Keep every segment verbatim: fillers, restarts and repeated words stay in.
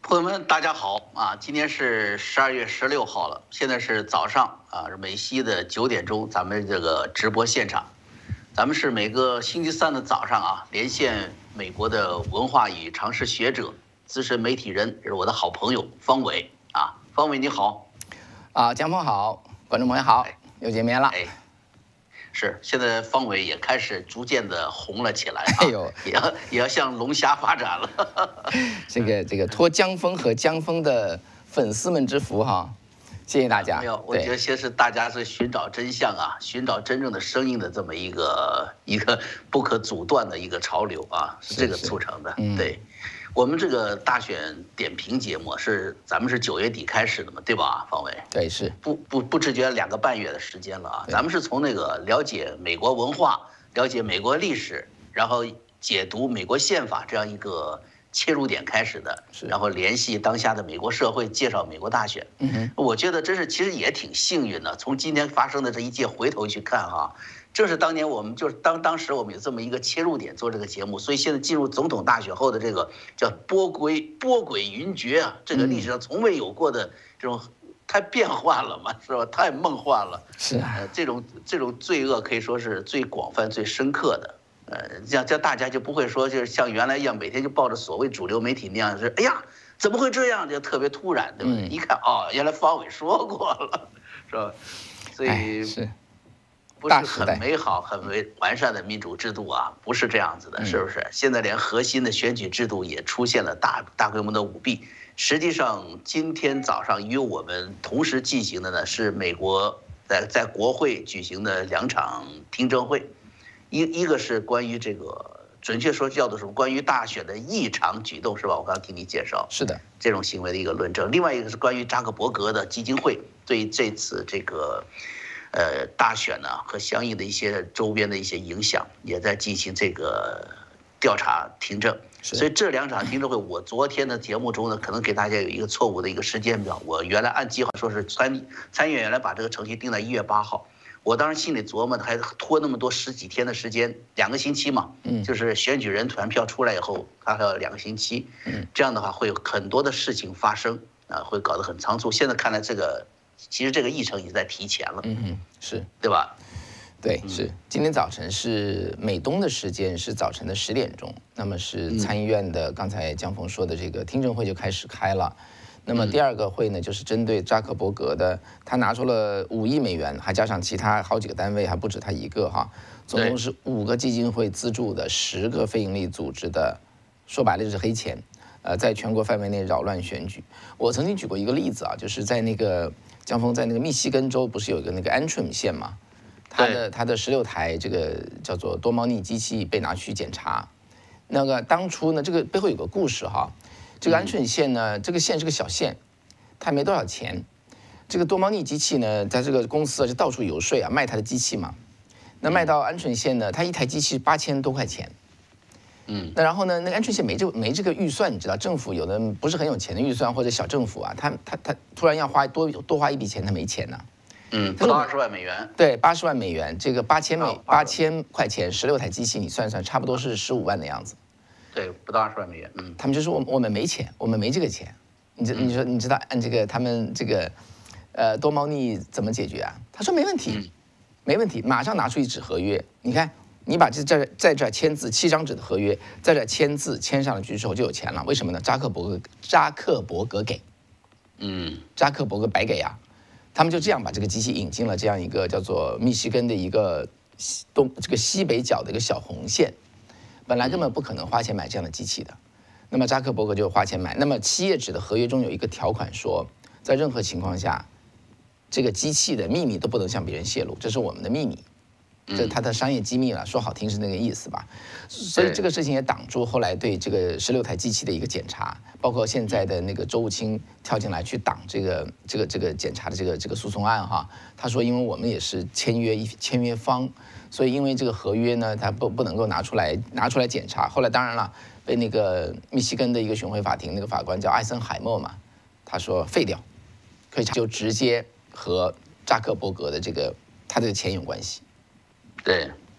朋友们，大家好啊！今天是十二月十六号了，现在是早上啊，美西的九点钟，咱们这个直播现场，咱们是每个星期三的早上啊，连线美国的文化与常识学者、资深媒体人，是我的好朋友方伟啊。方伟你好， 啊，江峰好，观众朋友好，又见面了。 哎，是，现在方伟也开始逐渐的红了起来、啊， 哎呦， 也要也要向龙虾发展了。 这个这个托江峰和江峰的粉丝们之福哈，谢谢大家。 没有，我觉得先是大家是寻找真相啊，寻找真正的声音的这么一个一个不可阻断的一个潮流啊，是这个促成的。 嗯、 对，我们这个大选点评节目是咱们是九月底开始的嘛，对吧，方伟？ 对，是不不不知觉两个半月的时间了啊。咱们是从那个了解美国文化、了解美国历史，然后解读美国宪法这样一个切入点开始的，然后联系当下的美国社会，介绍美国大选。 嗯哼， 我觉得真是其实也挺幸运的。从今天发生的这一切回头去看哈、啊，正是当年我们就是当当时我们有这么一个切入点做这个节目，所以现在进入总统大选后的这个叫波诡波诡云谲啊，这个历史上从未有过的这种太变幻了嘛，是吧？太梦幻了。 是啊， 呃，这种这种罪恶可以说是最广泛、最深刻的。呃，这样这样大家就不会说就是像原来一样每天就抱着所谓主流媒体那样是，哎呀，怎么会这样？就特别突然，对不对？嗯、一看哦，原来方伟说过了，是吧？所以是不是很美好、很为完善的民主制度啊？不是这样子的，是不是？嗯、现在连核心的选举制度也出现了大大规模的舞弊。实际上，今天早上与我们同时进行的呢，是美国在在国会举行的两场听证会。一一个是关于这个，准确说叫做什么？关于大选的异常举动是吧？我刚刚听你介绍， 是的， 这种行为的一个论证。另外一个是关于扎克伯格的基金会对这次这个，呃，大选呢和相应的一些周边的一些影响，也在进行这个调查听证。所以这两场听证会，我昨天的节目中呢，可能给大家有一个错误的一个时间表。我原来按计划说是参参议院原来把这个程序定在一月八号。我当时心里琢磨，还拖那么多十几天的时间，两个星期嘛，嗯，就是选举人团票出来以后，还有两个星期，嗯，这样的话会有很多的事情发生啊，会搞得很仓促。现在看来，这个其实这个议程已经在提前了， 嗯哼，是对吧？ 对，是今天早晨是美东的时间是早晨的十点钟，那么是参议院的刚才江峰说的这个听证会就开始开了。那么第二个会呢，就是针对扎克伯格的，他拿出了五亿美元，还加上其他好几个单位，还不止他一个哈，总共是五个基金会资助的十个非营利组织的，说白了就是黑钱，呃，在全国范围内扰乱选举。我曾经举过一个例子啊，就是在那个江峰在那个密西根州不是有一个那个 Antrim 县嘛，它的它的十六台这个叫做多猫腻机器被拿去检查，那个当初呢，这个背后有个故事哈。这个安顺县呢，这个县是个小县，它没多少钱。这个多猫腻机器呢，在这个公司啊就到处游说啊，卖它的机器嘛。那卖到安顺县呢，它一台机器八千多块钱。嗯。那然后呢，那个安顺县没这没这个预算，你知道，政府有的不是很有钱的预算或者小政府啊，他他他突然要花多多花一笔钱，他没钱呢、啊。 嗯，不到二十万美元。 对，八十万美元，这个八千美八千块钱，十六台机器，你算算，差不多是十五万的样子。 对，不到二十万美元。嗯， 他们就说我我们没钱，我们没这个钱。你这你说你知道按这个他们这个，呃，多猫腻怎么解决啊？他说没问题，嗯、没问题，马上拿出一纸合约。你看，你把这这在这签字七张纸的合约，在这签字签上了去之后就有钱了。为什么呢？扎克伯格扎克伯格给，嗯，扎克伯格白给啊。他们就这样把这个机器引进了这样一个叫做密西根的一个东这个西北角的一个小红线。本来根本不可能花钱买这样的机器的，那么扎克伯格就花钱买。那么七页纸的合约中有一个条款说，在任何情况下，这个机器的秘密都不能向别人泄露，这是我们的秘密，这是它的商业机密了，说好听是那个意思吧。所以这个事情也挡住后来对这个十六台机器的一个检查，包括现在的那个周务清跳进来去挡这个这个这个检查的这个这个诉讼案哈。他说，因为我们也是签约一签约方。所以，因为这个合约呢，它不不能够拿出来拿出来检查。后来，当然了，被那个密西根的一个巡回法庭那个法官叫艾森海默嘛，他说废掉，可以就直接和扎克伯格的这个他这个钱有关系。 对，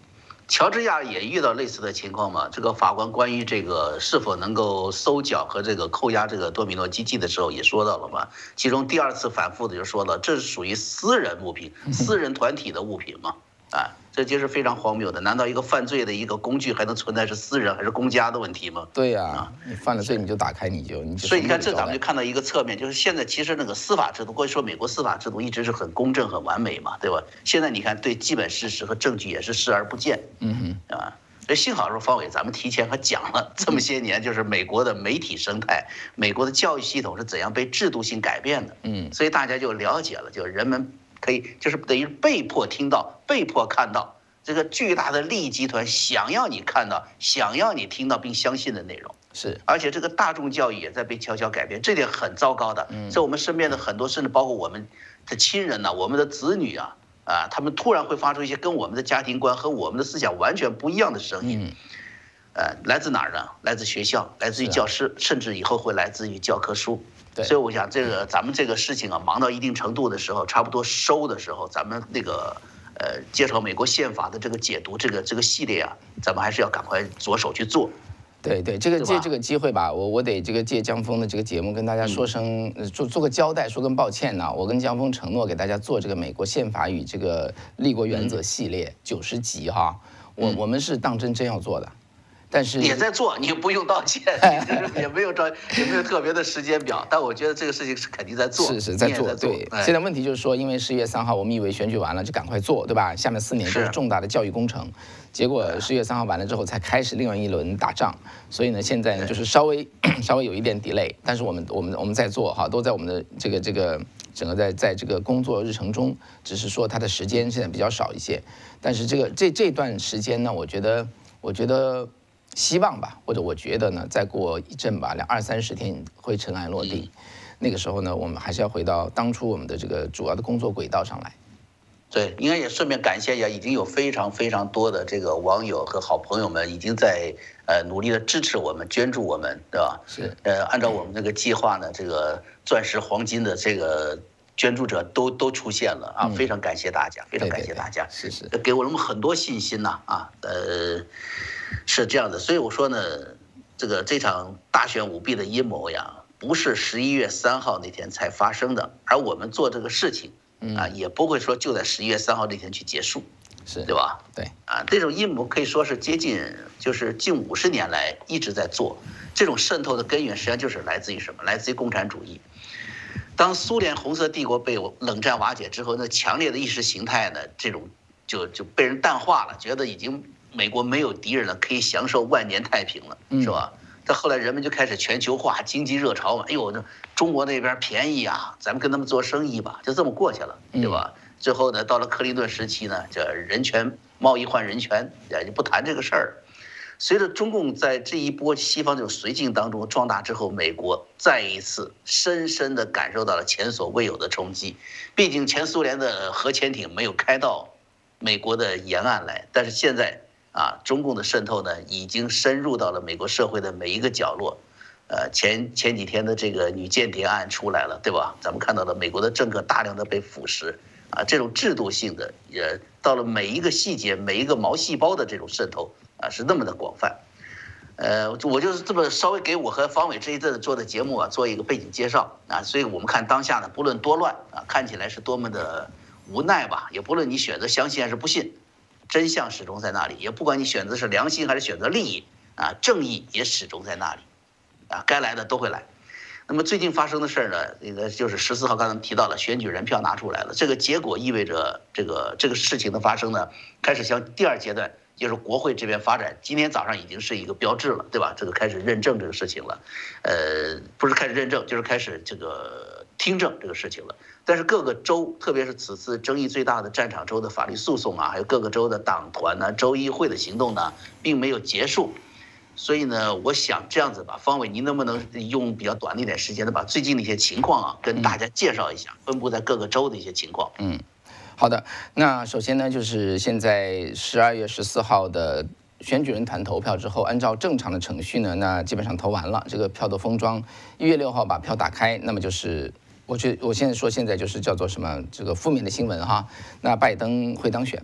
乔治亚也遇到类似的情况嘛？这个法官关于这个是否能够收缴和这个扣押这个多米诺机器的时候也说到了嘛？其中第二次反复的就说了，这是属于私人物品、私人团体的物品嘛？啊，这就是非常荒谬的。难道一个犯罪的一个工具还能存在是私人还是公家的问题吗？ 对呀、啊，你犯了罪你就打开你就你就。 所以你看，这咱们就看到一个侧面，就是现在其实那个司法制度，过去说美国司法制度一直是很公正、很完美嘛，对吧？现在你看，对基本事实和证据也是视而不见。 嗯哼， 啊，所以幸好说方伟，咱们提前和讲了这么些年，就是美国的媒体生态、美国的教育系统是怎样被制度性改变的。 嗯， 所以大家就了解了，就人们可以就是等于被迫听到、被迫看到。这个巨大的利益集团想要你看到、想要你听到并相信的内容是， 而且这个大众教育也在被悄悄改变，这点很糟糕的。在我们身边的很多，甚至包括我们的亲人呐、啊、我们的子女啊啊，他们突然会发出一些跟我们的家庭观和我们的思想完全不一样的声音。呃，来自哪儿呢？来自学校，来自于教师，甚至以后会来自于教科书。所以我想，这个咱们这个事情啊，忙到一定程度的时候，差不多收的时候，咱们那个。呃，介绍美国宪法的这个解读，这个这个系列啊，咱们还是要赶快着手去做。 对对，这个借这个机会吧，我我得这个借江峰的这个节目跟大家说声，做做个交代，说声抱歉呢。我跟江峰承诺给大家做这个美国宪法与这个立国原则系列九十集哈，我我们是当真真要做的。但是也在做，你不用道歉，也没有招，也没有特别的时间表，但我觉得这个事情是肯定在做， 是是在做，对。现在问题就是说，因为十月三号我们以为选举完了就赶快做，对吧？下面四年就是重大的教育工程，结果十月三号完了之后才开始另外一轮打仗，所以呢，现在呢就是稍微稍微有一点 delay， 但是我们我们我们在做哈，都在我们的这个这个整个在在这个工作日程中，只是说它的时间现在比较少一些，但是这个这这段时间呢，我觉得我觉得。希望吧，或者我觉得呢，再过一阵吧，两二三十天会尘埃落定。那个时候呢，我们还是要回到当初我们的这个主要的工作轨道上来。 对，应该也顺便感谢一下，已经有非常非常多的这个网友和好朋友们已经在呃努力的支持我们、捐助我们，对吧？ 是。 呃，按照我们这个计划呢，这个钻石、黄金的这个捐助者都都出现了啊，非常感谢大家，非常感谢大家， 是是， 给我们很多信心呐啊，呃。是这样的，所以我说呢，这个这场大选舞弊的阴谋呀，不是十一月三号那天才发生的，而我们做这个事情啊，也不会说就在十一月三号那天去结束， 是对吧？ 对啊，这种阴谋可以说是接近，就是近五十年来一直在做。这种渗透的根源实际上就是来自于什么？来自于共产主义。当苏联红色帝国被冷战瓦解之后，那强烈的意识形态呢，这种就就被人淡化了，觉得已经。美国没有敌人了，可以享受万年太平了，是吧？但后来人们就开始全球化，经济热潮嘛，哎呦，这中国那边便宜啊，咱们跟他们做生意吧，就这么过去了，对吧？最后呢，到了克林顿时期呢，这人权贸易换人权，也就不谈这个事儿。随着中共在这一波西方这种绥靖当中壮大之后，美国再一次深深地感受到了前所未有的冲击。毕竟前苏联的核潜艇没有开到美国的沿岸来，但是现在。啊，中共的渗透呢，已经深入到了美国社会的每一个角落。呃，前前几天的这个女间谍案出来了，对吧？咱们看到了美国的政客大量的被腐蚀，啊，这种制度性的，也到了每一个细节、每一个毛细胞的这种渗透，啊，是那么的广泛。呃，我就是这么稍微给我和方伟这一阵子做的节目啊，做一个背景介绍啊，所以我们看当下呢，不论多乱啊，看起来是多么的无奈吧，也不论你选择相信还是不信。真相始终在那里，也不管你选择是良心还是选择利益啊，正义也始终在那里，啊，该来的都会来。那么最近发生的事儿呢，那个就是十四号刚才提到了，选举人票拿出来了，这个结果意味着这个这个事情的发生呢，开始向第二阶段，就是国会这边发展。今天早上已经是一个标志了，对吧？这个开始认证这个事情了，呃，不是开始认证，就是开始这个听证这个事情了。但是各个州，特别是此次争议最大的战场州的法律诉讼啊，还有各个州的党团呢、州议会的行动呢，并没有结束。所以呢，我想这样子吧，方伟，您能不能用比较短的一点时间呢，把最近的一些情况啊，跟大家介绍一下，分布在各个州的一些情况？ 嗯，好的。那首先呢，就是现在十二月十四号的选举人团投票之后，按照正常的程序呢，那基本上投完了，这个票都封装，一月六号把票打开，那么就是。我觉我现在说现在就是叫做什么这个负面的新闻哈，那拜登会当选，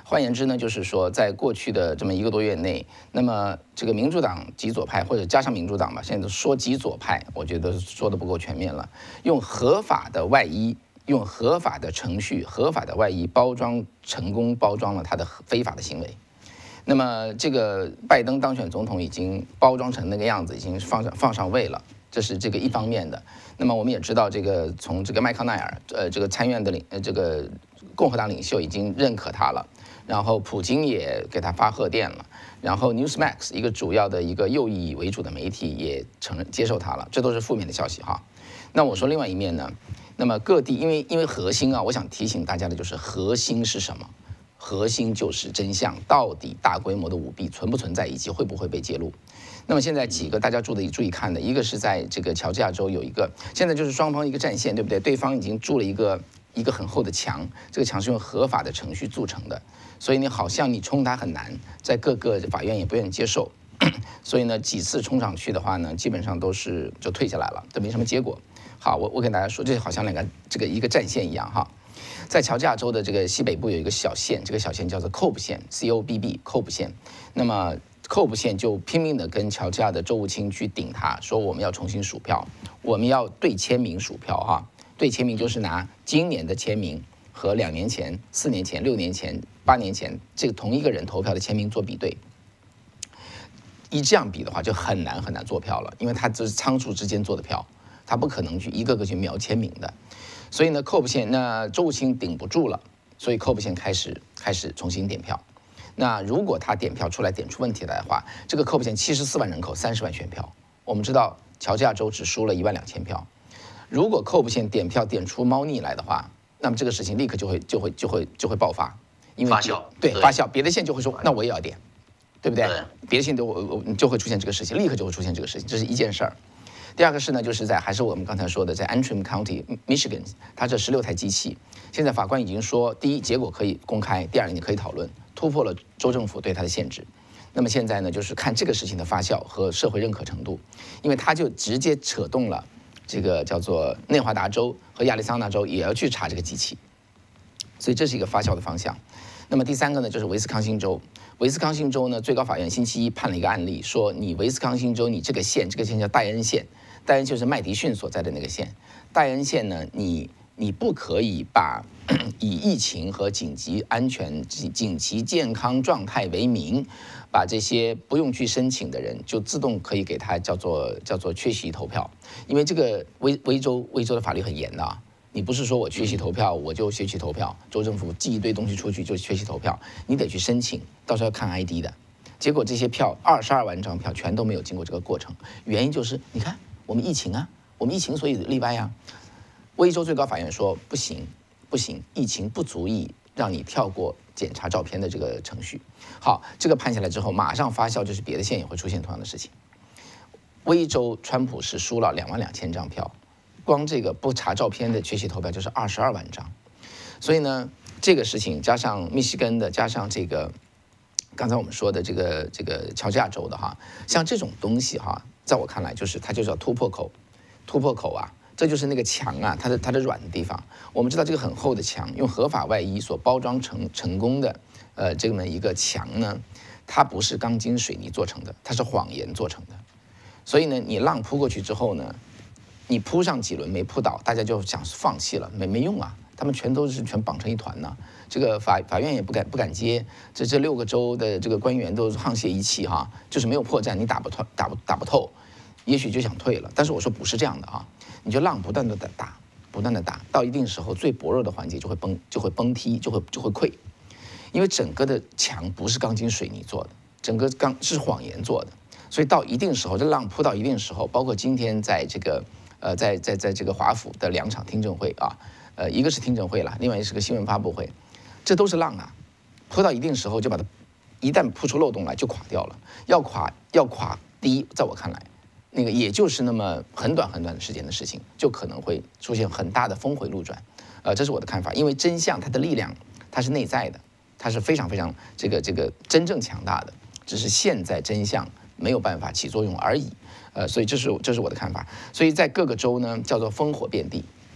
换言之呢，就是说在过去的这么一个多月内，那么这个民主党极左派或者加上民主党吧，现在都说极左派，我觉得说的不够全面了，用合法的外衣。用合法的程序、合法的外衣包装成功包装了他的非法的行为。那么，这个拜登当选总统已经包装成那个样子，已经放上放上位了，这是这个一方面的。那么我们也知道，这个从这个麦康奈尔，呃，这个参院的领，呃，这个共和党领袖已经认可他了，然后普京也给他发贺电了，然后 Newsmax 一个主要的一个右翼为主的媒体也承认接受他了，这都是负面的消息哈。那我说另外一面呢？那么各地，因为因为核心啊，我想提醒大家的就是核心是什么？核心就是真相，到底大规模的舞弊存不存在，以及会不会被揭露？那么现在几个大家注意注意看的，一个是在这个乔治亚州有一个，现在就是双方一个战线，对不对？对方已经筑了一个一个很厚的墙，这个墙是用合法的程序筑成的，所以你好像你冲它很难，在各个法院也不愿意接受，所以呢几次冲上去的话呢，基本上都是就退下来了，都没什么结果。好，我我跟大家说，这好像两个这个一个战线一样哈，在乔治亚州的这个西北部有一个小县，这个小县叫做 Cobb 县 ，C O B B Cobb 县。那么 Cobb 县就拼命的跟乔治亚的州务卿去顶他，说我们要重新数票，我们要对签名数票哈，对签名就是拿今年的签名和两年前、四年前、六年前、八年前这个同一个人投票的签名做比对。一这样比的话，就很难很难做票了，因为他这是仓促之间做的票。他不可能去一个个去描签名的，所以呢，Cobb 县那州务卿顶不住了，所以 Cobb 县开始开始重新点票。那如果他点票出来点出问题来的话，这个 Cobb 县七十四万人口，三十万选票，我们知道乔治亚州只输了一万两千票。如果 Cobb 县点票点出猫腻来的话，那么这个事情立刻就会就会就会就会爆发，因为发酵对发酵，别的县就会说那我也要点，对不对？ 对别的县都我我就会出现这个事情，立刻就会出现这个事情，这是一件事儿。第二个是呢，就是在还是我们刚才说的，在 Antrim County Michigan， 它这十六台机器，现在法官已经说，第一结果可以公开，第二你可以讨论，突破了州政府对它的限制。那么现在呢，就是看这个事情的发酵和社会认可程度，因为它就直接扯动了这个叫做内华达州和亚利桑那州也要去查这个机器，所以这是一个发酵的方向。那么第三个呢，就是威斯康星州。威斯康星州呢，最高法院星期一判了一个案例，说你威斯康星州你这个县，这个县叫戴恩县。戴恩就是麦迪逊所在的那个县，戴恩县呢，你你不可以把以疫情和紧急安全、紧急健康状态为名，把这些不用去申请的人就自动可以给他叫做叫做缺席投票，因为这个威威州威州的法律很严的啊，你不是说我缺席投票我就缺席投票，州政府寄一堆东西出去就缺席投票，你得去申请，到时候要看 I D 的。结果这些票二十二万张票全都没有经过这个过程，原因就是你看。我们疫情啊，我们疫情所以例外啊。威州最高法院说不行，不行，疫情不足以让你跳过检查照片的这个程序。好，这个判下来之后，马上发酵，就是别的县也会出现同样的事情。威州川普是输了两万两千张票，光这个不查照片的缺席投票就是二十二万张。所以呢，这个事情加上密西根的，加上这个刚才我们说的这个这个乔治亚州的哈，像这种东西哈。在我看来，就是它就叫突破口，突破口啊，这就是那个墙啊，它的它的软的地方。我们知道这个很厚的墙，用合法外衣所包装成成功的，呃，这么一个墙呢，它不是钢筋水泥做成的，它是谎言做成的。所以呢，你浪扑过去之后呢，你扑上几轮没扑倒，大家就想放弃了，没没用啊，他们全都是全绑成一团呢。这个法法院也不敢不敢接，这这六个州的这个官员都沆瀣一气哈，就是没有破绽，你打不透，打不打不透，也许就想退了。但是我说不是这样的啊，你就浪不断的打，不断的打，到一定时候最薄弱的环节就会崩，就会崩梯，就会就会溃，因为整个的墙不是钢筋水泥做的，整个钢是谎言做的，所以到一定时候，这浪扑到一定时候，包括今天在这个呃在在在这个华府的两场听证会啊，呃一个是听证会了，另外一个是个新闻发布会。这都是浪啊，扑到一定时候就把它，一旦扑出漏洞来就垮掉了。要垮要垮，第一，在我看来，那个也就是那么很短很短的时间的事情，就可能会出现很大的峰回路转。呃，这是我的看法，因为真相它的力量它是内在的，它是非常非常这个这个真正强大的，只是现在真相没有办法起作用而已。呃，所以这是这是我的看法。所以在各个州呢，叫做烽火遍地。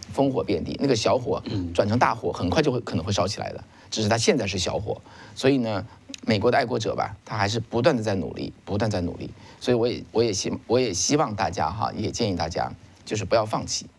烽火遍地，那个小火转成大火，很快就会可能会烧起来的。只是它现在是小火，所以呢，美国的爱国者吧，他还是不断的在努力，不断在努力。所以我也我也希我也希望大家哈，也建议大家就是不要放弃。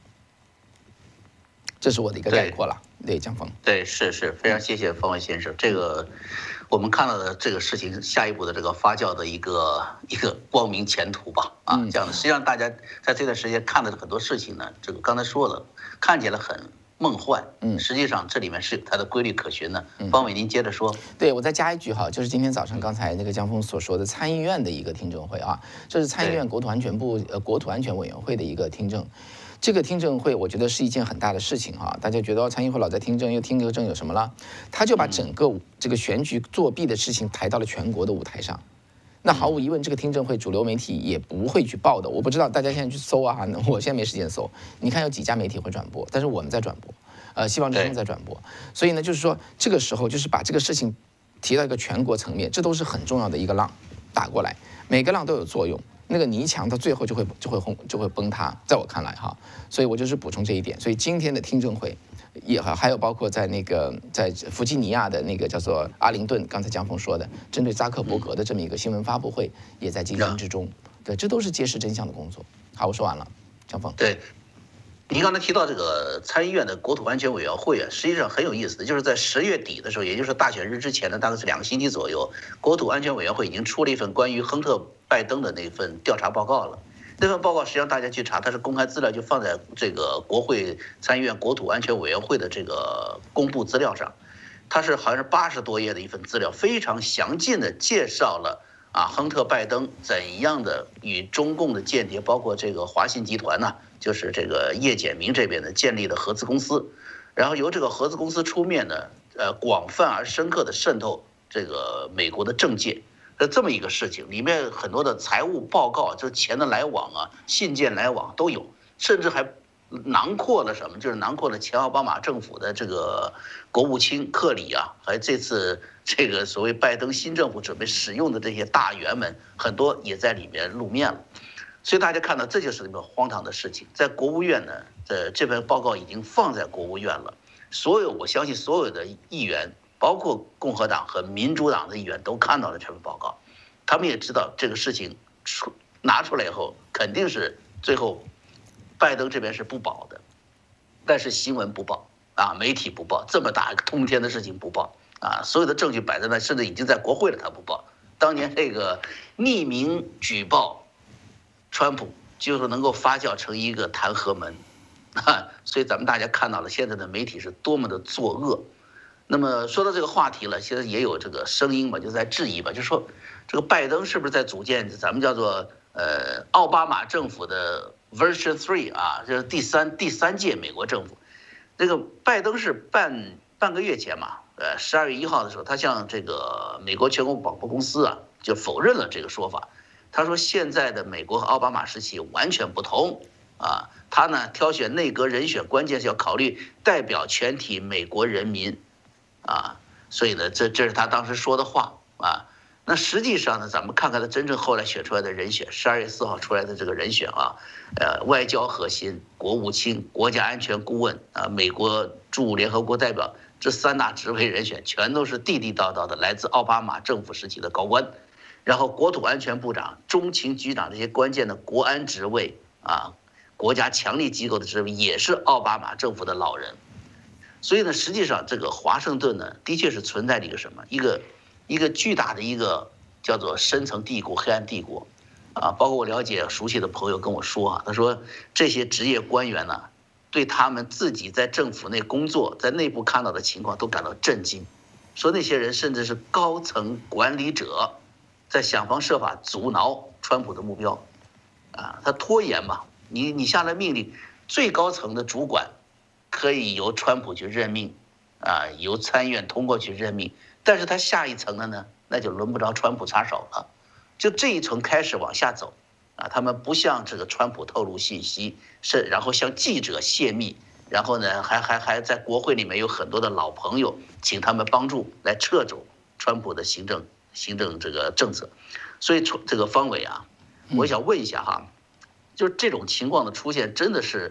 这是我的一个概括了，对，江峰。 对，是是，非常谢谢方伟先生。这个我们看到的这个事情下一步的这个发酵的一个一个光明前途吧。啊，这样的，实际上大家在这段时间看到的很多事情呢，这个刚才说了，看起来很梦幻，嗯，实际上这里面是有它的规律可循的。方伟，您接着说。 对，我再加一句哈，就是今天早上刚才那个江峰所说的参议院的一个听证会啊，这是参议院国土安全部呃国土安全委员会的一个听证。这个听证会，我觉得是一件很大的事情哈。大家觉得参议会老在听证，又听这个证有什么了？他就把整个这个选举作弊的事情抬到了全国的舞台上。那毫无疑问，这个听证会主流媒体也不会去报的。我不知道大家现在去搜啊，我现在没时间搜。你看有几家媒体会转播，但是我们在转播，呃，希望之声在转播。所以呢，就是说这个时候就是把这个事情提到一个全国层面，这都是很重要的一个浪打过来，每个浪都有作用。那个泥墙到最后就会就会轰就会崩塌，在我看来哈，所以我就是补充这一点。所以今天的听证会，也还有包括在那个在弗吉尼亚的那个叫做阿灵顿，刚才江峰说的，针对扎克伯格的这么一个新闻发布会，也在进行之中。对，这都是揭示真相的工作。好，我说完了，江峰。 对。您刚才提到这个参议院的国土安全委员会啊，实际上很有意思的，就是在十月底的时候，也就是大选日之前呢，大概是两个星期左右，国土安全委员会已经出了一份关于亨特·拜登的那份调查报告了。那份报告实际上大家去查，它是公开资料，就放在这个国会参议院国土安全委员会的这个公布资料上。它是好像是八十多页的一份资料，非常详尽的介绍了啊，亨特·拜登怎样的与中共的间谍，包括这个华信集团呢、啊，就是这个叶简明这边的建立的合资公司，然后由这个合资公司出面呢，呃，广泛而深刻的渗透这个美国的政界，呃，这么一个事情，里面很多的财务报告，就钱的来往啊，信件来往都有，甚至还囊括了什么，就是囊括了前奥巴马政府的这个国务卿克里啊，还有这次这个所谓拜登新政府准备使用的这些大员们，很多也在里面露面了。所以大家看到，这就是一个荒唐的事情。在国务院呢，呃，这份报告已经放在国务院了，所有我相信所有的议员，包括共和党和民主党的议员都看到了这份报告，他们也知道这个事情出拿出来以后，肯定是最后拜登这边是不保的，但是新闻不报啊，媒体不报，这么大一个通天的事情不报啊，所有的证据摆在那，甚至已经在国会了，他不报。当年这个匿名举报川普，就是能够发酵成一个弹劾门，啊，所以咱们大家看到了现在的媒体是多么的作恶。那么说到这个话题了，现在也有这个声音嘛，就在质疑吧，就说这个拜登是不是在组建咱们叫做呃奥巴马政府的 Version Three 啊，就是第三第三届美国政府。这个拜登是半半个月前嘛，呃十二月一号的时候，他向这个美国全国广播公司啊就否认了这个说法。他说现在的美国和奥巴马时期完全不同啊，他呢挑选内阁人选关键是要考虑代表全体美国人民啊，所以呢这这是他当时说的话啊。那实际上呢，咱们看看他真正后来选出来的人选，十二月四号出来的这个人选啊，呃，外交核心、国务卿、国家安全顾问啊，美国驻联合国代表这三大职位人选，全都是地地道道的来自奥巴马政府时期的高官。然后国土安全部长、中情局长这些关键的国安职位啊，国家强力机构的职位也是奥巴马政府的老人。所以呢，实际上这个华盛顿呢，的确是存在着一个什么，一个一个巨大的一个叫做深层帝国、黑暗帝国啊。包括我了解熟悉的朋友跟我说啊，他说这些职业官员呢，对他们自己在政府内工作，在内部看到的情况都感到震惊，说那些人甚至是高层管理者，在想方设法阻挠川普的目标，啊，他拖延嘛，你你下了命令，最高层的主管可以由川普去任命，啊，由参议院通过去任命，但是他下一层的呢，那就轮不着川普插手了，就这一层开始往下走，啊，他们不向这个川普透露信息，是然后向记者泄密，然后呢，还还还在国会里面有很多的老朋友，请他们帮助来掣肘川普的行政。行政这个政策，所以从这个方伟啊，我想问一下哈，就是这种情况的出现，真的是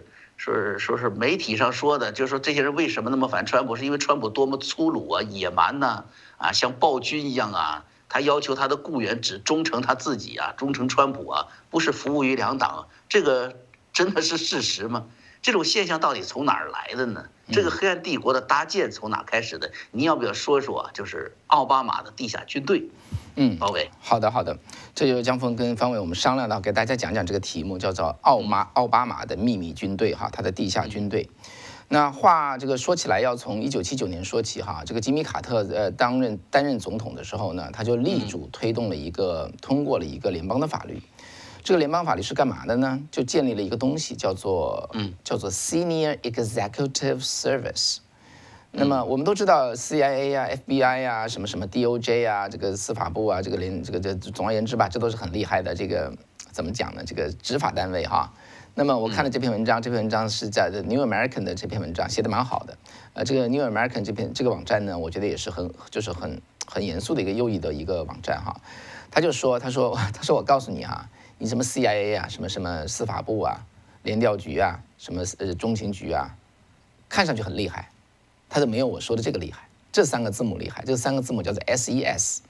说是说是媒体上说的，就是说这些人为什么那么反川普，是因为川普多么粗鲁啊、野蛮呐、啊，啊，像暴君一样啊，他要求他的雇员只忠诚他自己啊，忠诚川普啊，不是服务于两党，这个真的是事实吗？这种现象到底从哪儿来的呢？这个黑暗帝国的搭建从哪开始的？您要不要说说啊？就是奥巴马的地下军队。 嗯， 方伟， 好的好的，这就是江峰跟方伟我们商量到，给大家讲讲这个题目，叫做奥马奥巴马的秘密军队哈，他的地下军队。那话这个说起来要从一九七九年说起哈，这个吉米卡特呃担任担任总统的时候呢，他就力主推动了一个通过了一个联邦的法律。这个联邦法律是干嘛的呢？就建立了一个东西，叫做嗯，叫做 Senior Executive Service。那么我们都知道 C I A 啊、F B I 啊、什么什么 D O J 啊、这个司法部啊，这个联这个这总而言之吧，这都是很厉害的这个怎么讲呢？这个执法单位哈。那么我看了这篇文章，这篇文章是在 New American 的这篇文章写的蛮好的。呃，这个 New American 这篇这个网站呢，我觉得也是很就是很很严肃的一个优异的一个网站哈。他就说，他说他说我告诉你哈。你什么 C I A 啊，什么什么司法部啊，联调局啊，什么呃中情局啊，看上去很厉害，它都没有我说的这个厉害。这三个字母厉害，这三个字母叫做 S E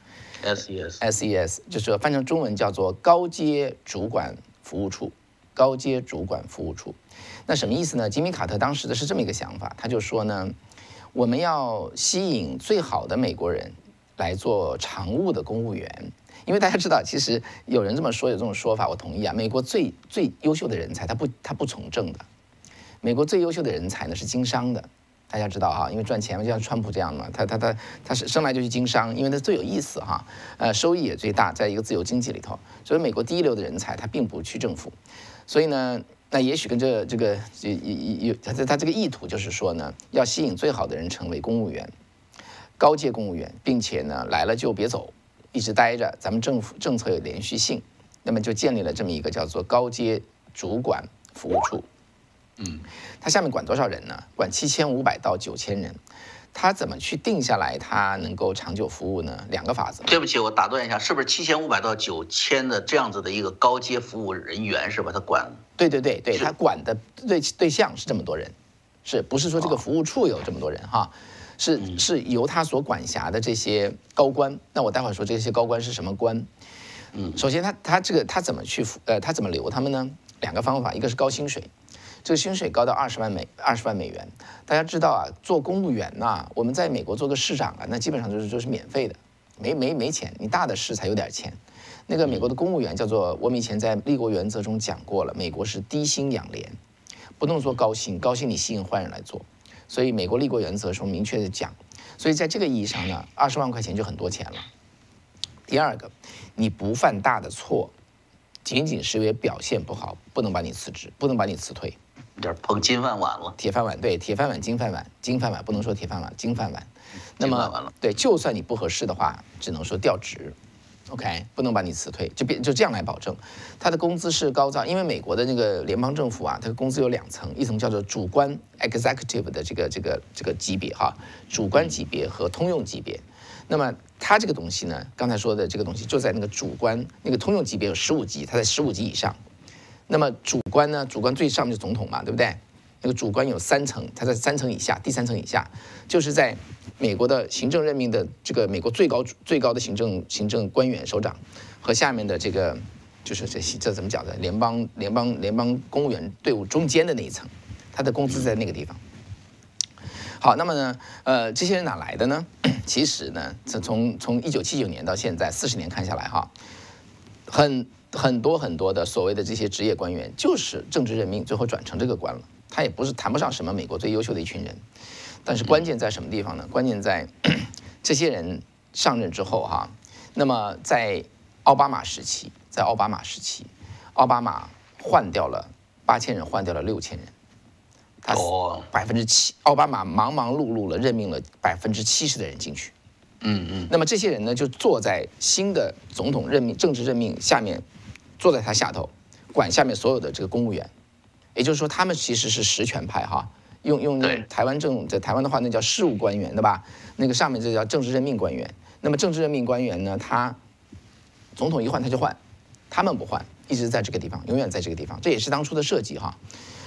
S，S E S S E S 就是翻成中文叫做高阶主管服务处，高阶主管服务处。那什么意思呢？吉米卡特当时的是这么一个想法，他就说呢，我们要吸引最好的美国人来做常务的公务员。因为大家知道，其实有人这么说，有这种说法，我同意啊。美国最最优秀的人才，他不他不从政的。美国最优秀的人才呢是经商的，大家知道哈，因为赚钱嘛，就像川普这样嘛，他他他他是生来就去经商，因为他最有意思哈，呃，收益也最大，在一个自由经济里头。所以美国第一流的人才，他并不去政府。所以呢，那也许跟这这个有有他他这个意图就是说呢，要吸引最好的人成为公务员，高阶公务员，并且呢来了就别走。一直待着，咱们政府政策有连续性，那么就建立了这么一个叫做高阶主管服务处。嗯，它下面管多少人呢？管七千五百到九千人。它怎么去定下来它能够长久服务呢？两个法则。 对不起，我打断一下，是不是七千五百到九千的这样子的一个高阶服务人员是吧？他管？ 对对对对，他管的对对象是这么多人，是不是说这个服务处有这么多人哈？是是由他所管辖的这些高官，那我待会儿说这些高官是什么官。嗯，首先他他这个他怎么去呃他怎么留他们呢？两个方法，一个是高薪水，这个薪水高到二十万美二十万美元。大家知道啊，做公务员呐、啊，我们在美国做个市长啊，那基本上就是就是免费的，没没没钱，你大的市才有点钱。那个美国的公务员叫做我们以前在立国原则中讲过了，美国是低薪养廉，不能说高薪，高薪你吸引坏人来做。所以美国立国原则中明确的讲，所以在这个意义上呢，二十万块钱就很多钱了。第二个，你不犯大的错，仅仅是因为表现不好，不能把你辞职，不能把你辞退。 有点碰金饭碗了。 铁饭碗，对，铁饭碗、金饭碗、金饭碗，不能说铁饭碗，金饭碗。那么，对，就算你不合适的话，只能说调职。OK， 不能把你辞退，就变就这样来保证，他的工资是高涨，因为美国的那个联邦政府啊，它的工资有两层，一层叫做主官 executive 的这个这个这个级别哈，主官级别和通用级别。那么它这个东西呢，刚才说的这个东西就在那个主官那个通用级别有十五级，它在十五级以上。那么主官呢，主官最上面是总统嘛，对不对？那个主官有三层，它在三层以下，第三层以下，就是在美国的行政任命的这个美国最高最高的行政行政官员首长和下面的这个就是这这怎么讲的联邦联邦联邦公务员队伍中间的那一层，他的工资在那个地方。好，那么呢，呃，这些人哪来的呢？其实呢，从从一九七九年到现在四十年看下来哈，很很多很多的所谓的这些职业官员就是政治任命，最后转成这个官了。他也不是谈不上什么美国最优秀的一群人，但是关键在什么地方呢？关键在这些人上任之后哈，那么在奥巴马时期，在奥巴马时期，奥巴马换掉了八千人，换掉了六千人，他百分之七，奥巴马忙忙碌碌了任命了百分之七十的人进去，嗯嗯，那么这些人呢就坐在新的总统任命政治任命下面，坐在他下头，管下面所有的这个公务员。也就是说，他们其实是实权派哈，用用台湾政在台湾的话，那叫事务官员，对吧？那个上面这叫政治任命官员。那么政治任命官员呢，他总统一换他就换，他们不换，一直在这个地方，永远在这个地方。这也是当初的设计哈。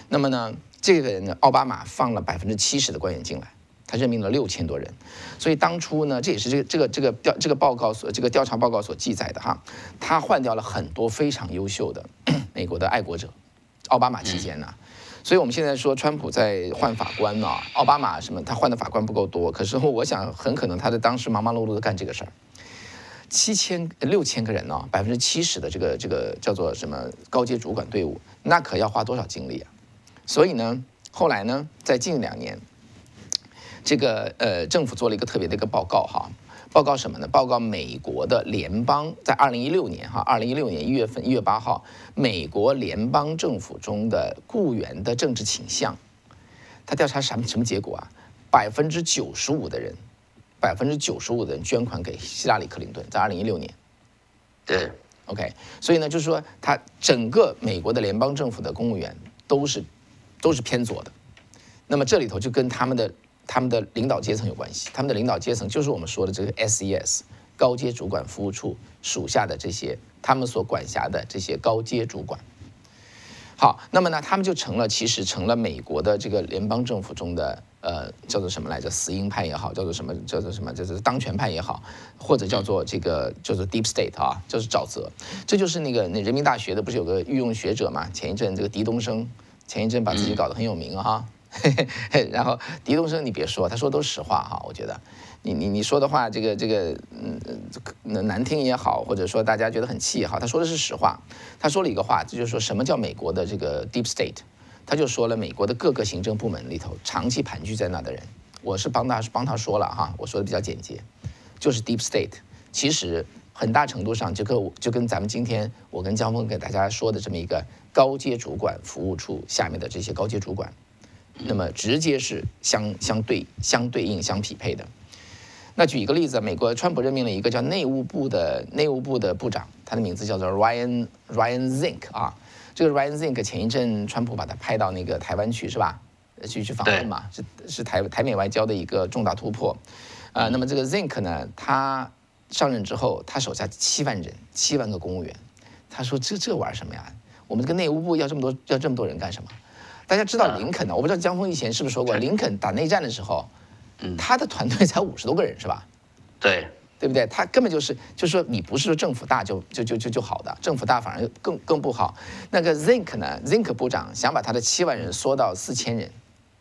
那么呢，这个人呢，奥巴马放了百分之七十的官员进来，他任命了六千多人。所以当初呢，这也是这个这个这个调这个报告所这个调查报告所记载的哈，他换掉了很多非常优秀的美国的爱国者。奥巴马期间呢，所以我们现在说川普在换法官呢，奥巴马什么他换的法官不够多，可是我想很可能他在当时忙忙碌碌的干这个事儿。七千六千个人呢、哦，百分之七十的这个这个叫做什么高阶主管队伍，那可要花多少精力啊？所以呢，后来呢，在近两年，这个呃政府做了一个特别的一个报告哈，报告什么呢？报告美国的联邦在二零一六年哈，二零一六年一月份一月八号，美国联邦政府中的雇员的政治倾向，他调查什么什么结果啊？百分之九十五的人。百分之九十五的人捐款给希拉里·克林顿，在二零一六年。 对 ，OK， 所以呢，就是说，他整个美国的联邦政府的公务员都是都是偏左的。那么这里头就跟他们的他们的领导阶层有关系，他们的领导阶层就是我们说的这个 S E S 高阶主管服务处属下的这些他们所管辖的这些高阶主管。好，那么呢，他们就成了，其实成了美国的这个联邦政府中的呃，叫做什么来着？死鹰派也好，叫做什么？叫做什么？就是当权派也好，或者叫做这个叫做 deep state 啊，就是沼泽。这就是那个那人民大学的不是有个御用学者嘛？前一阵这个狄东升，前一阵把自己搞得很有名哈。然后狄东升，你别说，他说都是实话哈，我觉得。你你你说的话，这个这个嗯难听也好，或者说大家觉得很气也好，他说的是实话。他说了一个话，这就是说什么叫美国的这个 deep state， 他就说了美国的各个行政部门里头长期盘踞在那的人，我是帮他帮他说了哈，我说的比较简洁，就是 deep state。其实很大程度上就跟就跟咱们今天我跟江峰给大家说的这么一个高阶主管服务处下面的这些高阶主管，那么直接是相相对相对应相匹配的。那举一个例子，美国川普任命了一个叫内务部的内务部的部长，他的名字叫做 Ryan Ryan Zink 啊。这个 Ryan Zink 前一阵川普把他派到那个台湾去是吧？去去访问嘛，是是台台美外交的一个重大突破。啊、呃，那么这个 Zink 呢，他上任之后，他手下七万人，七万个公务员。他说这这玩什么呀？我们这个内务部要这么多要这么多人干什么？大家知道林肯呢？我不知道江峰以前是不是说过，林肯打内战的时候。他的团队才五十多个人是吧？ 对， 对不对？他根本就是，就是说你不是说政府大就就就就就好的，政府大反而更更不好。那个 Zink 呢 ？Zink 部长想把他的七万人缩到四千人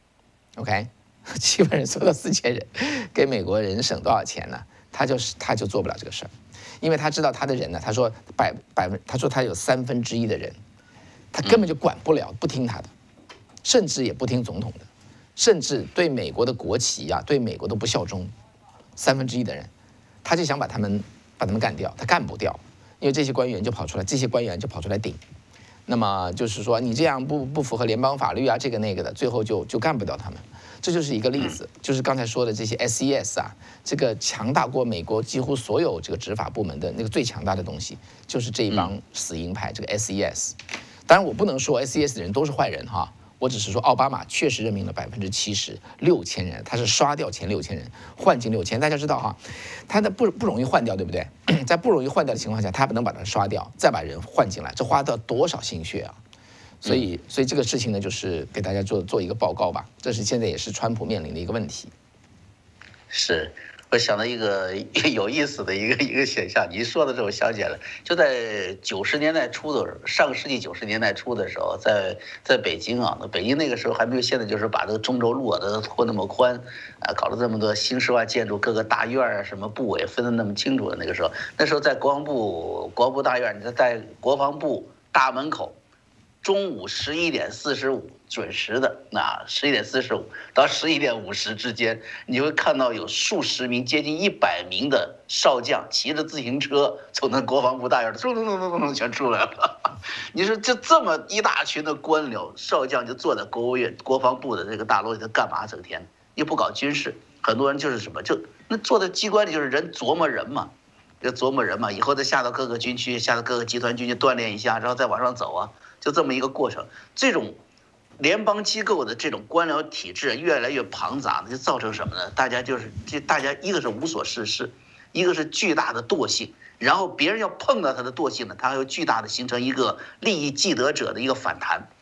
，OK， 七万人缩到四千人，给美国人省多少钱呢？他就是他就做不了这个事儿，因为他知道他的人呢，他说百百分，他说他有三分之一的人，他根本就管不了，不听他的，甚至也不听总统的。甚至对美国的国旗啊，对美国都不效忠，三分之一的人，他就想把他们把他们干掉，他干不掉，因为这些官员就跑出来，这些官员就跑出来顶，那么就是说你这样不不符合联邦法律啊，这个那个的，最后就就干不掉他们，这就是一个例子，就是刚才说的这些 S E S 啊，这个强大过美国几乎所有这个执法部门的那个最强大的东西，就是这一帮死鹰派，这个 S E S。当然我不能说 S E S 的人都是坏人哈。我只是说，奥巴马确实任命了百分之七十六千人，他是刷掉前六千人，换进六千。大家知道哈，他的不不容易换掉，对不对？在不容易换掉的情况下，他不能把它刷掉，再把人换进来，这花掉多少心血啊！所以，所以这个事情呢，就是给大家做做一个报告吧。这是现在也是川普面临的一个问题。 是。我想到一个有意思的一个一个现象，你说的时候我想起来了，就在九十年代初的时候，上个世纪九十年代初的时候，在在北京啊，北京那个时候还没有现在就是把这个中轴路啊都拖那么宽，啊，搞了这么多新式化建筑，各个大院啊什么部委分得那么清楚的那个时候，那时候在国防部国防部大院，你在国防部大门口。中午十一点四十五准时的，那十一点四十五到十一点五十之间，你会看到有数十名、接近一百名的少将骑着自行车从那国防部大院咚咚咚咚咚全出来了。你说这这么一大群的官僚少将就坐在国务院、国防部的这个大楼里头干嘛？整天又不搞军事，很多人就是什么，就那坐在机关里就是人琢磨人嘛，就琢磨人嘛，以后再下到各个军区、下到各个集团军去锻炼一下，然后再往上走啊。就这么一个过程，这种联邦机构的这种官僚体制越来越庞杂，就造成什么呢？大家就是这，大家一个是无所事事，一个是巨大的惰性，然后别人要碰到他的惰性呢，他还有巨大的形成一个利益既得者的一个反弹，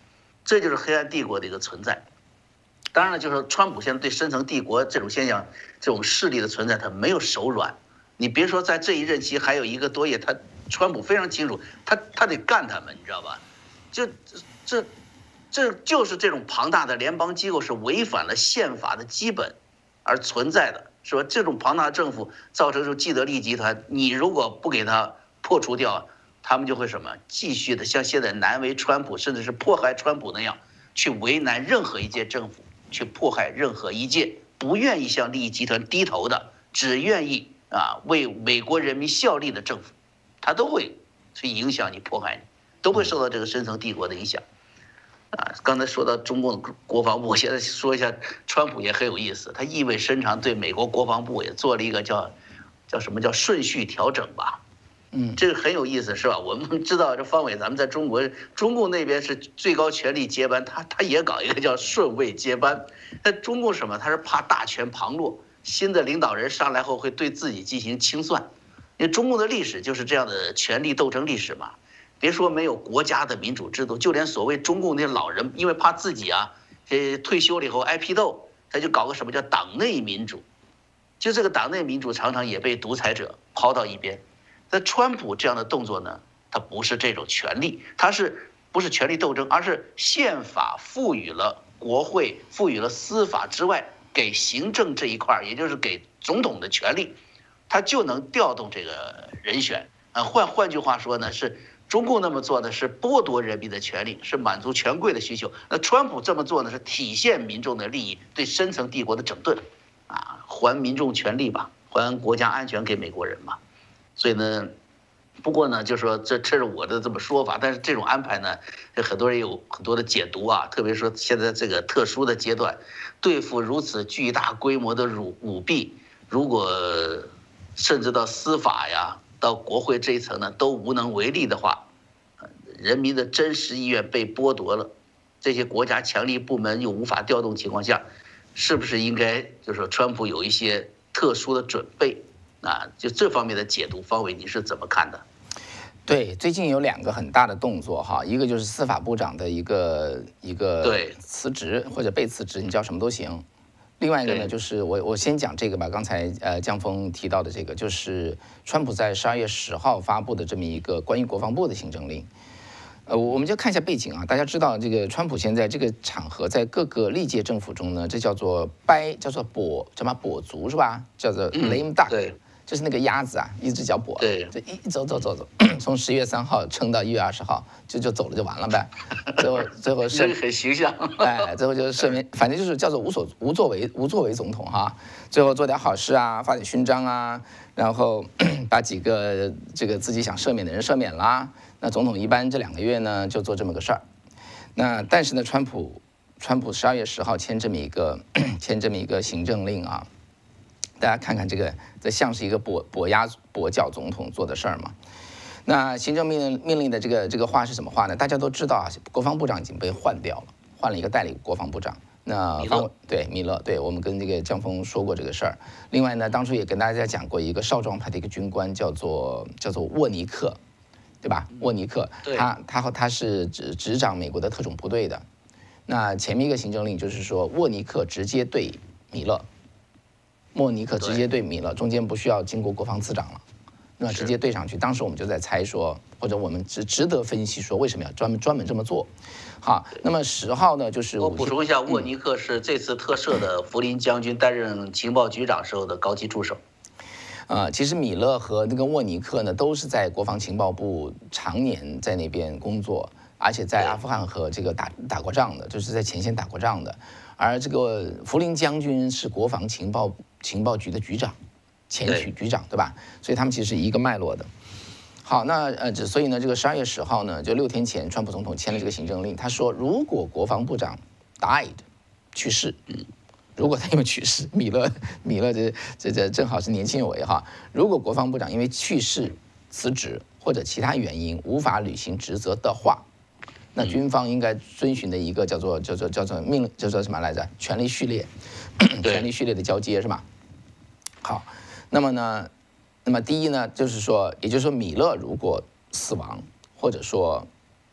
这就是黑暗帝国的一个存在。当然了，就是说川普现在对深层帝国这种现象、这种势力的存在，他没有手软。你别说在这一任期还有一个多月，他川普非常清楚，他他得干他们，你知道吧？就这这就是这种庞大的联邦机构是违反了宪法的基本而存在的，是吧？这种庞大的政府造成这种既得利益集团，你如果不给他破除掉，他们就会什么继续的像现在难为川普，甚至是迫害川普那样去为难任何一届政府，去迫害任何一届不愿意向利益集团低头的，只愿意啊为美国人民效力的政府，他都会去影响你、迫害你，都会受到这个深层帝国的影响。啊，刚才说到中共国防部，我现在说一下，川普也很有意思，他意味深长对美国国防部也做了一个叫叫什么叫顺序调整吧。 嗯， 这个很有意思，是吧？我们知道这方伟，咱们在中国，中共那边是最高权力接班，他他也搞一个叫顺位接班。那中共什么？他是怕大权旁落，新的领导人上来后会对自己进行清算。因为中共的历史就是这样的权力斗争历史嘛。别说没有国家的民主制度，就连所谓中共那些老人，因为怕自己啊，呃退休了以后挨批斗，他就搞个什么叫党内民主。就这个党内民主常常也被独裁者抛到一边。那川普这样的动作呢，他不是这种权力，他是不是权力斗争，而是宪法赋予了国会、赋予了司法之外，给行政这一块，也就是给总统的权利，他就能调动这个人选。呃，换换句话说呢，是中共那么做呢，是剥夺人民的权利，是满足权贵的需求。那川普这么做呢，是体现民众的利益，对深层帝国的整顿，啊，还民众权利吧，还国家安全给美国人嘛。所以呢，不过呢，就说这这是我的这么说法，但是这种安排呢，很多人有很多的解读啊，特别说现在这个特殊的阶段，对付如此巨大规模的舞舞弊，如果甚至到司法呀、到国会这一层呢，都无能为力的话，人民的真实意愿被剥夺了，这些国家强力部门又无法调动情况下，是不是应该就是说川普有一些特殊的准备？啊，就这方面的解读，方伟你是怎么看的？ 对，最近有两个很大的动作哈，一个就是司法部长的一个一个对辞职或者被辞职，你叫什么都行。另外一个呢，就是我我先讲这个吧，刚才呃江峰提到的这个，就是川普在十二月十号发布的这么一个关于国防部的行政令。呃，我们就看一下背景啊，大家知道这个川普现在这个场合，在各个历届政府中呢，这叫做掰，叫做跛，叫什么跛足是吧？叫做 lame duck。 对。 就是那个鸭子啊，一只脚跛， 对， 就一走走走走，从十月三号撑到一月二十号，就就走了就完了呗。最后最后是很形象， 哎，最后就是赦免，反正就是叫做无所无作为无作为总统哈。最后做点好事啊，发点勋章啊，然后把几个这个自己想赦免的人赦免啦。那总统一般这两个月呢就做这么个事儿。那但是呢，川普川普十二月十号签这么一个签这么一个行政令啊。大家看看这个，这像是一个跛跛鸭跛脚总统做的事儿吗？那行政命令命令的这个这个话是什么话呢？大家都知道啊，国防部长已经被换掉了，换了一个代理国防部长。那米勒对米勒，对我们跟这个江峰说过这个事儿。另外呢，当初也跟大家讲过一个少壮派的一个军官，叫做叫做沃尼克，对吧？沃尼克，他他和他是执执掌美国的特种部队的。那前面一个行政令就是说，沃尼克直接对米勒。莫尼克直接对米勒，中间不需要经过国防次长了，那直接对上去。当时我们就在猜说，或者我们值值得分析说，为什么要专门专门这么做？好，那么十号呢，就是我补充一下，沃尼克是这次特赦的福林将军担任情报局长时候的高级助手。 呃，其实米勒和那个沃尼克呢，都是在国防情报部常年在那边工作，而且在阿富汗和这个打打过仗的，就是在前线打过仗的。而这个福林将军是国防情报情报局的局长，前局局长，对吧？所以他们其实是一个脉络的。好，那呃，所以呢，这个十二月十号呢，就六天前，川普总统签了这个行政令，他说，如果国防部长 died 去世，如果他因为去世，米勒米勒这这这正好是年轻有为哈，如果国防部长因为去世辞职或者其他原因无法履行职责的话。那军方应该遵循的一个叫做叫做叫做命叫做什么来着？权力序列，权力序列的交接是吧？好，那么呢，那么第一呢，就是说，也就是说，米勒如果死亡，或者说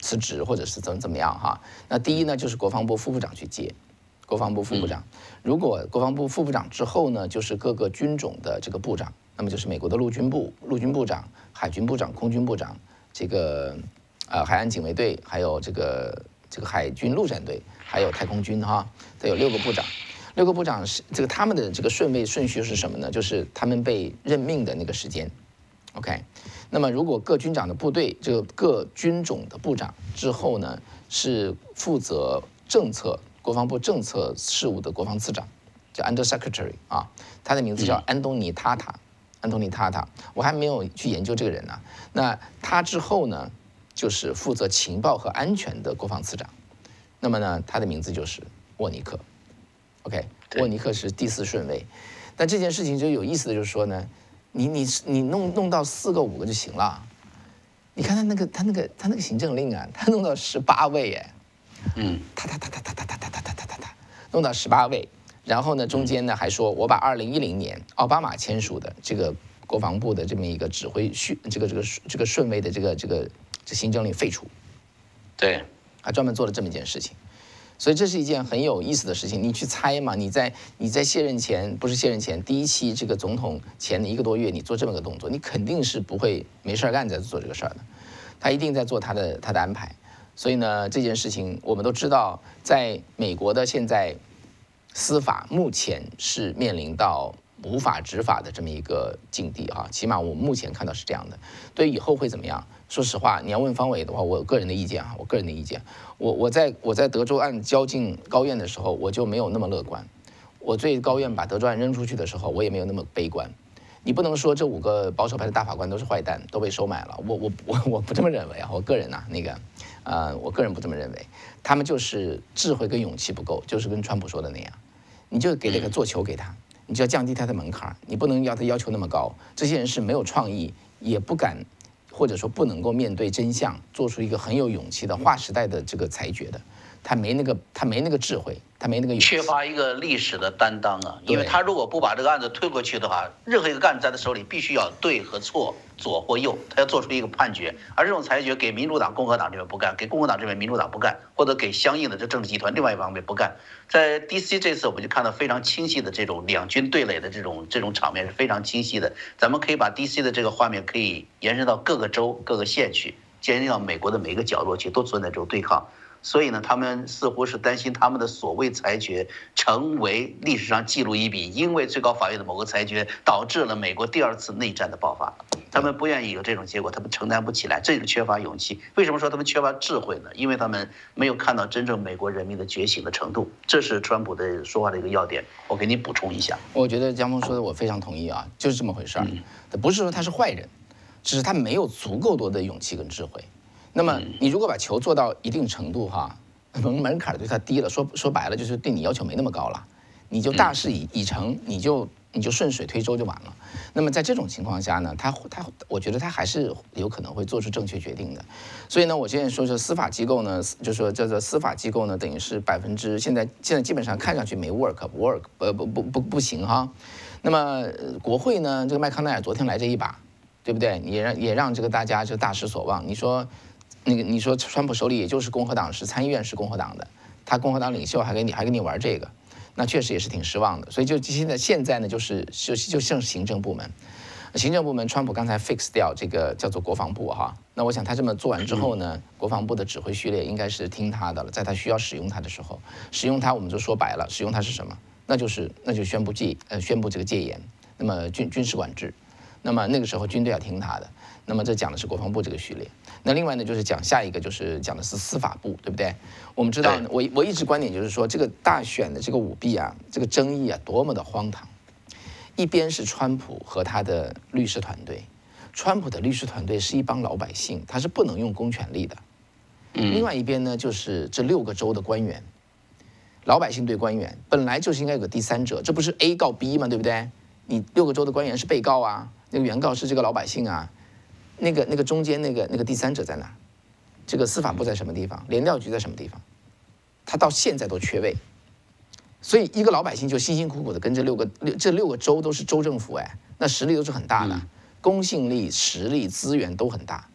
辞职或者是怎么怎么样哈。那第一呢，就是国防部副部长去接，国防部副部长。如果国防部副部长之后呢，就是各个军种的这个部长，那么就是美国的陆军部陆军部长、海军部长、空军部长，这个呃海岸警卫队，还有这个这个海军陆战队，还有太空军哈，这有六个部长。六个部长是这个他们的这个顺位顺序是什么呢？就是他们被任命的那个时间。OK， 那么如果各军长的部队，这个各军种的部长之后呢，是负责政策国防部政策事务的国防次长，叫 Under Secretary 啊，他的名字叫安东尼塔塔，安东尼塔塔，我还没有去研究这个人呢。那他之后呢，就是负责情报和安全的国防次长，那么呢，他的名字就是沃尼克。OK， 沃尼克是第四顺位，但这件事情就有意思的就是说呢，你你你弄弄到四个五个就行了，你看他那个他那个他那个行政令啊，他弄到十八位哎，嗯，他他他他他他他他他他他他，弄到十八位，然后呢中间呢还说我把二零一零年奥巴马签署的这个国防部的这么一个指挥序这个这个这个顺位的这个这个这行政令废除， 对， 还专门做了这么一件事情。所以这是一件很有意思的事情，你去猜嘛？你在你在卸任前，不是卸任前，第一期这个总统前的一个多月，你做这么个动作，你肯定是不会没事干在做这个事儿的，他一定在做他的他的安排。所以呢，这件事情我们都知道，在美国的现在司法目前是面临到无法执法的这么一个境地啊，起码我目前看到是这样的。对于以后会怎么样？说实话，你要问方伟的话，我个人的意见啊，我个人的意见，我我在我在德州案交进高院的时候，我就没有那么乐观。我最高院把德州案扔出去的时候，我也没有那么悲观。你不能说这五个保守派的大法官都是坏蛋，都被收买了。我我我我不这么认为啊，我个人呐、啊，那个，呃，我个人不这么认为。他们就是智慧跟勇气不够，就是跟川普说的那样，你就给那个做球给他，你就要降低他的门槛，你不能要他要求那么高。这些人是没有创意，也不敢。或者说不能够面对真相，做出一个很有勇气的划时代的这个裁决的，他没那个他没那个智慧，他没那个勇气， 缺乏一个历史的担当啊！因为他如果不把这个案子推过去的话，任何一个案子在他手里必须要对和错，左或右，他要做出一个判决。而这种裁决给民主党、共和党这边不干，给共和党这边民主党不干，或者给相应的这政治集团另外一方面不干。在 D C 这次我们就看到非常清晰的这种两军对垒的这种这种场面是非常清晰的。咱们可以把 D C 的这个画面可以延伸到各个州、各个县去，延伸到美国的每个角落去，都存在这种对抗。所以呢，他们似乎是担心他们的所谓裁决成为历史上记录一笔，因为最高法院的某个裁决导致了美国第二次内战的爆发。他们不愿意有这种结果，他们承担不起来，这个缺乏勇气。为什么说他们缺乏智慧呢？因为他们没有看到真正美国人民的觉醒的程度，这是川普的说话的一个要点。我给你补充一下。 我觉得江峰说的我非常同意啊，就是这么回事儿。不是说他是坏人，只是他没有足够多的勇气跟智慧。那么你如果把球做到一定程度哈，门门槛对他低了，说说白了就是对你要求没那么高了，你就大势已已成，你就你就顺水推舟就完了。那么在这种情况下呢，他他我觉得他还是有可能会做出正确决定的。所以呢，我现在说说司法机构呢，就说叫做司法机构呢，等于是百分之现在现在基本上看上去没 work work 不不不不不行哈。那么国会呢，这个麦康奈尔昨天来这一把，对不对？也让也让这个大家就大失所望。你说。那个你说川普手里也就是共和党是参议院是共和党的，他共和党领袖还给你还给你玩这个，那确实也是挺失望的。所以就现在现在呢，就是就就像行政部门，行政部门川普刚才 fix 掉这个叫做国防部哈，那我想他这么做完之后呢，国防部的指挥序列应该是听他的了，在他需要使用他的时候，使用他我们就说白了，使用他是什么？那就是那就宣布戒呃宣布这个戒严，那么军军事管制，那么那个时候军队要听他的。那么这讲的是国防部这个序列，那另外呢就是讲下一个就是讲的是司法部，对不对？我们知道，我我一直观点就是说，这个大选的这个舞弊啊，这个争议啊，多么的荒唐。一边是川普和他的律师团队，川普的律师团队是一帮老百姓，他是不能用公权力的。另外一边呢，就是这六个州的官员，老百姓对官员，本来就是应该有个第三者，这不是 A 告 B 吗？对不对？你六个州的官员是被告啊，那个原告是这个老百姓啊。那个那个中间那个那个第三者在哪？这个司法部在什么地方？联调局在什么地方？他到现在都缺位，所以一个老百姓就辛辛苦苦的跟这六个这六个州都是州政府哎，那实力都是很大的，公信力、实力、资源都很大，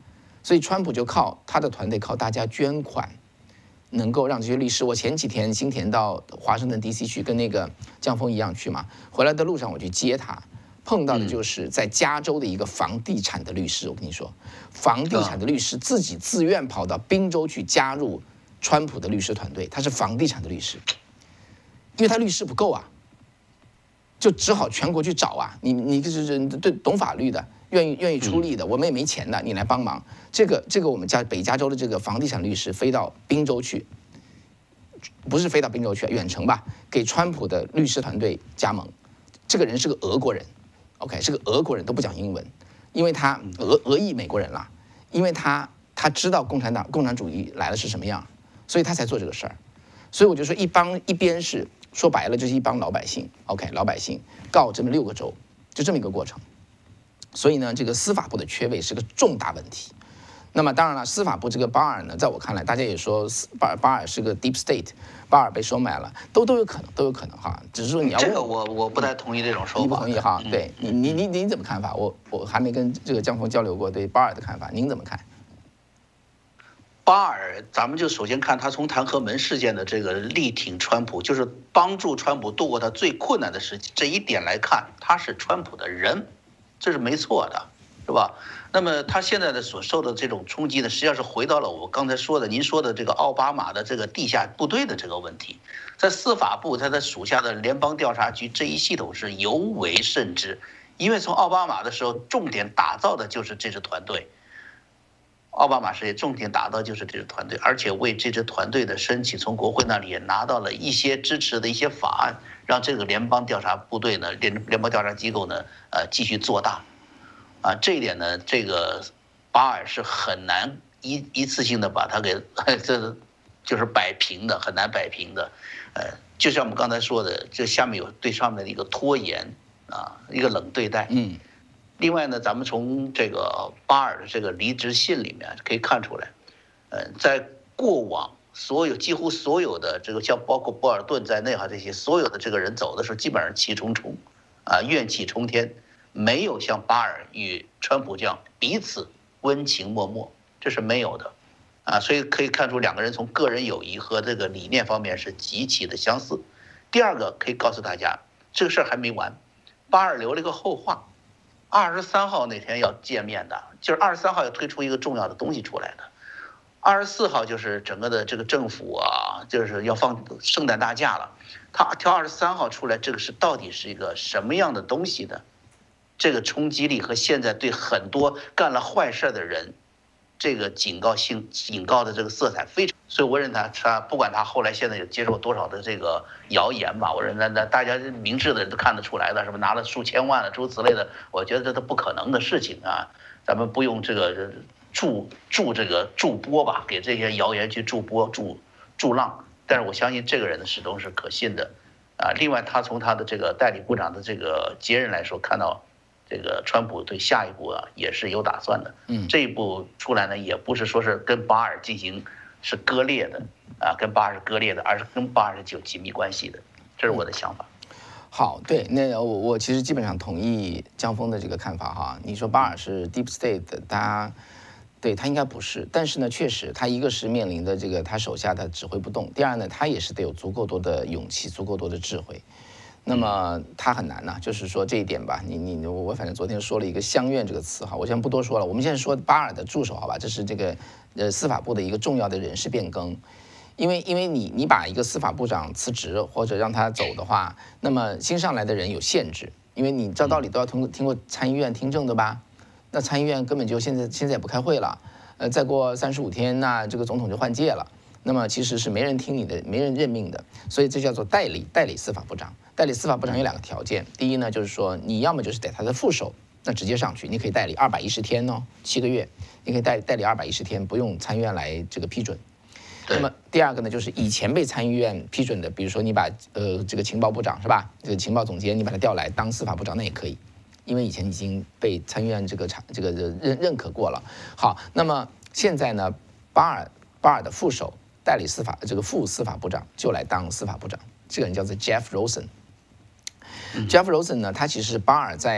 所以川普就靠他的团队，靠大家捐款，能够让这些律师。我前几天新田到华盛顿 D C 去，跟那个江峰一样去嘛，回来的路上我去接他。碰到的就是在加州的一个房地产的律师，我跟你说，房地产的律师自己自愿跑到宾州去加入川普的律师团队，他是房地产的律师，因为他律师不够啊，就只好全国去找啊，你你就是对懂法律的，愿意愿意出力的，我们也没钱的，你来帮忙。这个这个我们加北加州的这个房地产律师飞到宾州去，不是飞到宾州去，远程吧，给川普的律师团队加盟。这个人是个俄国人。OK， 是个俄国人，都不讲英文，因为他俄俄裔美国人啦，因为他他知道共产党共产主义来了是什么样，所以他才做这个事儿。所以我就说一帮一边是说白了就是一帮老百姓 ，OK， 老百姓告这么六个州，就这么一个过程。所以呢，这个司法部的缺位是个重大问题。那么当然了，司法部这个巴尔呢，在我看来，大家也说巴尔巴尔是个 deep state， 巴尔被收买了，都都有可能，都有可能哈。只是说你要这个我我不太同意这种说法， 你不同意哈？嗯、对你你你你怎么看法？我我还没跟这个江峰交流过对巴尔的看法，您怎么看？ 巴尔，咱们就首先看他从弹劾门事件的这个力挺川普，就是帮助川普度过他最困难的时期，这一点来看，他是川普的人，这是没错的，是吧？那么他现在的所受的这种冲击呢，实际上是回到了我刚才说的，您说的这个奥巴马的这个地下部队的这个问题，在司法部，他的属下的联邦调查局这一系统是尤为甚之，因为从奥巴马的时候，重点打造的就是这支团队。奥巴马是重点打造就是这支团队，而且为这支团队的申请从国会那里也拿到了一些支持的一些法案，让这个联邦调查部队呢，联联邦调查机构呢，呃，继续做大。啊，这一点呢，这个巴尔是很难一一次性的把它给这，就是摆平的，很难摆平的。呃，就像我们刚才说的，这下面有对上面的一个拖延啊，一个冷对待。 嗯。 另外呢，咱们从这个巴尔的这个离职信里面可以看出来，呃，在过往所有几乎所有的这个像包括波尔顿在内哈这些所有的这个人走的时候，基本上气冲冲，啊，怨气冲天。没有像巴尔与川普这样彼此温情脉脉，这是没有的，啊，所以可以看出两个人从个人友谊和这个理念方面是极其的相似。第二个可以告诉大家，这个事儿还没完，巴尔留了一个后话，二十三号那天要见面的，就是二十三号要推出一个重要的东西出来的，二十四号就是整个的这个政府啊，就是要放圣诞大假了，他挑二十三号出来，这个是到底是一个什么样的东西呢？这个冲击力和现在对很多干了坏事的人，这个警告性警告的这个色彩非常，所以我认为他他不管他后来现在有接受多少的这个谣言吧，我认为那大家明智的人都看得出来的，什么拿了数千万的诸如此类的，我觉得这都不可能的事情啊，咱们不用这个助助这个助播吧，给这些谣言去助播助助浪，但是我相信这个人呢始终是可信的，啊，另外他从他的这个代理部长的这个接任来说，看到。这个川普对下一步啊也是有打算的，嗯，这一步出来呢，也不是说是跟巴尔进行是割裂的，啊，跟巴尔是割裂的，而是跟巴尔是有紧密关系的，这是我的想法。 好，对，那我我其实基本上同意江峰的这个看法哈。你说巴尔是 deep state 的，他对他应该不是，但是呢，确实他一个是面临的这个他手下他指挥不动，第二呢，他也是得有足够多的勇气，足够多的智慧。那么他很难呐、啊，就是说这一点吧，你你我反正昨天说了一个乡愿这个词哈，我先不多说了。我们现在说巴尔的助手好吧，这是这个呃司法部的一个重要的人事变更，因为因为你你把一个司法部长辞职或者让他走的话，那么新上来的人有限制，因为你照道理都要通过听过参议院听证的吧，那参议院根本就现在现在也不开会了，呃，再过三十五天那这个总统就换届了。那么其实是没人听你的，没人任命的，所以这叫做代理代理司法部长。代理司法部长有两个条件，第一呢，就是说你要么就是得他的副手，那直接上去，你可以代理二百一十天哦，七个月，你可以代代理二百一十天，不用参议院来这个批准。那么第二个呢，就是以前被参议院批准的，比如说你把呃这个情报部长是吧，这个情报总监你把他调来当司法部长，那也可以，因为以前已经被参议院这个这个认认可过了。好，那么现在呢，巴尔巴尔的副手。代理司法这个副司法部长就来当司法部长，这个人叫做 Jeff Rosen。Jeff Rosen 呢，他其实是巴尔在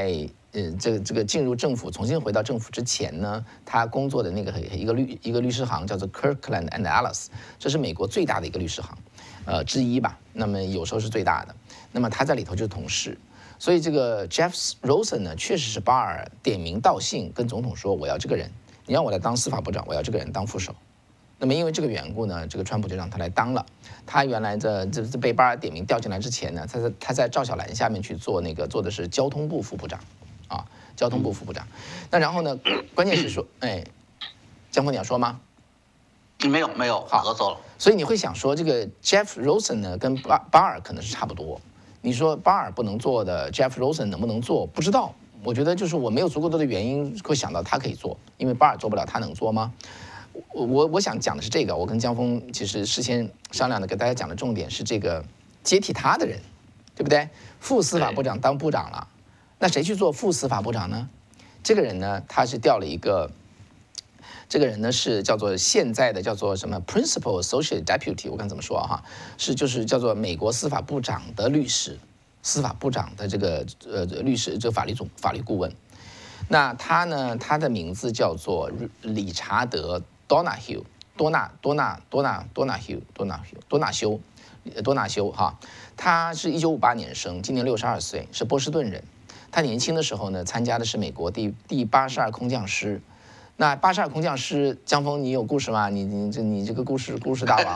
呃，这个这个进入政府，重新回到政府之前呢，他工作的那个一个律一个律师行叫做 Kirkland and Ellis， 这是美国最大的一个律师行，呃之一吧。那么有时候是最大的。那么他在里头就是同事，所以这个 Jeff Rosen 呢，确实是巴尔点名道姓跟总统说，我要这个人，你让我来当司法部长，我要这个人当副手。那么因为这个缘故呢，这个川普就让他来当了。他原来在这这被巴尔点名调进来之前呢，他在他在赵小兰下面去做那个做的是交通部副部长。啊，交通部副部长，那然后呢？关键是说，哎，江峰你要说吗？ 没有没有， 好， 咳嗽了。 所以你会想说，这个 Jeff Rosen 呢，跟巴巴尔可能是差不多。你说巴尔不能做的 ，Jeff Rosen 能不能做？不知道。我觉得就是我没有足够多的原因会想到他可以做，因为巴尔做不了，他能做吗？我我我想讲的是这个，我跟江峰其实事先商量的，给大家讲的重点是这个接替他的人，对不对？副司法部长当部长了。那谁去做副司法部长呢？这个人呢，他是调了一个，这个人呢是叫做现在的叫做什么 Principal Associate Deputy， 我看怎么说哈，是就是叫做美国司法部长的律师，司法部长的这个呃律师，这个法律总法律顾问。那他呢，他的名字叫做理查德 Donahue， 多纳多纳多纳多纳 Hugh 多纳 Hugh 多纳修多纳修哈，他是一九五八年生，今年六十二岁，是波士顿人。他年轻的时候呢，参加的是美国第第八十二空降师。那八十二空降师，江峰，你有故事吗？你你这你这个故事故事大王。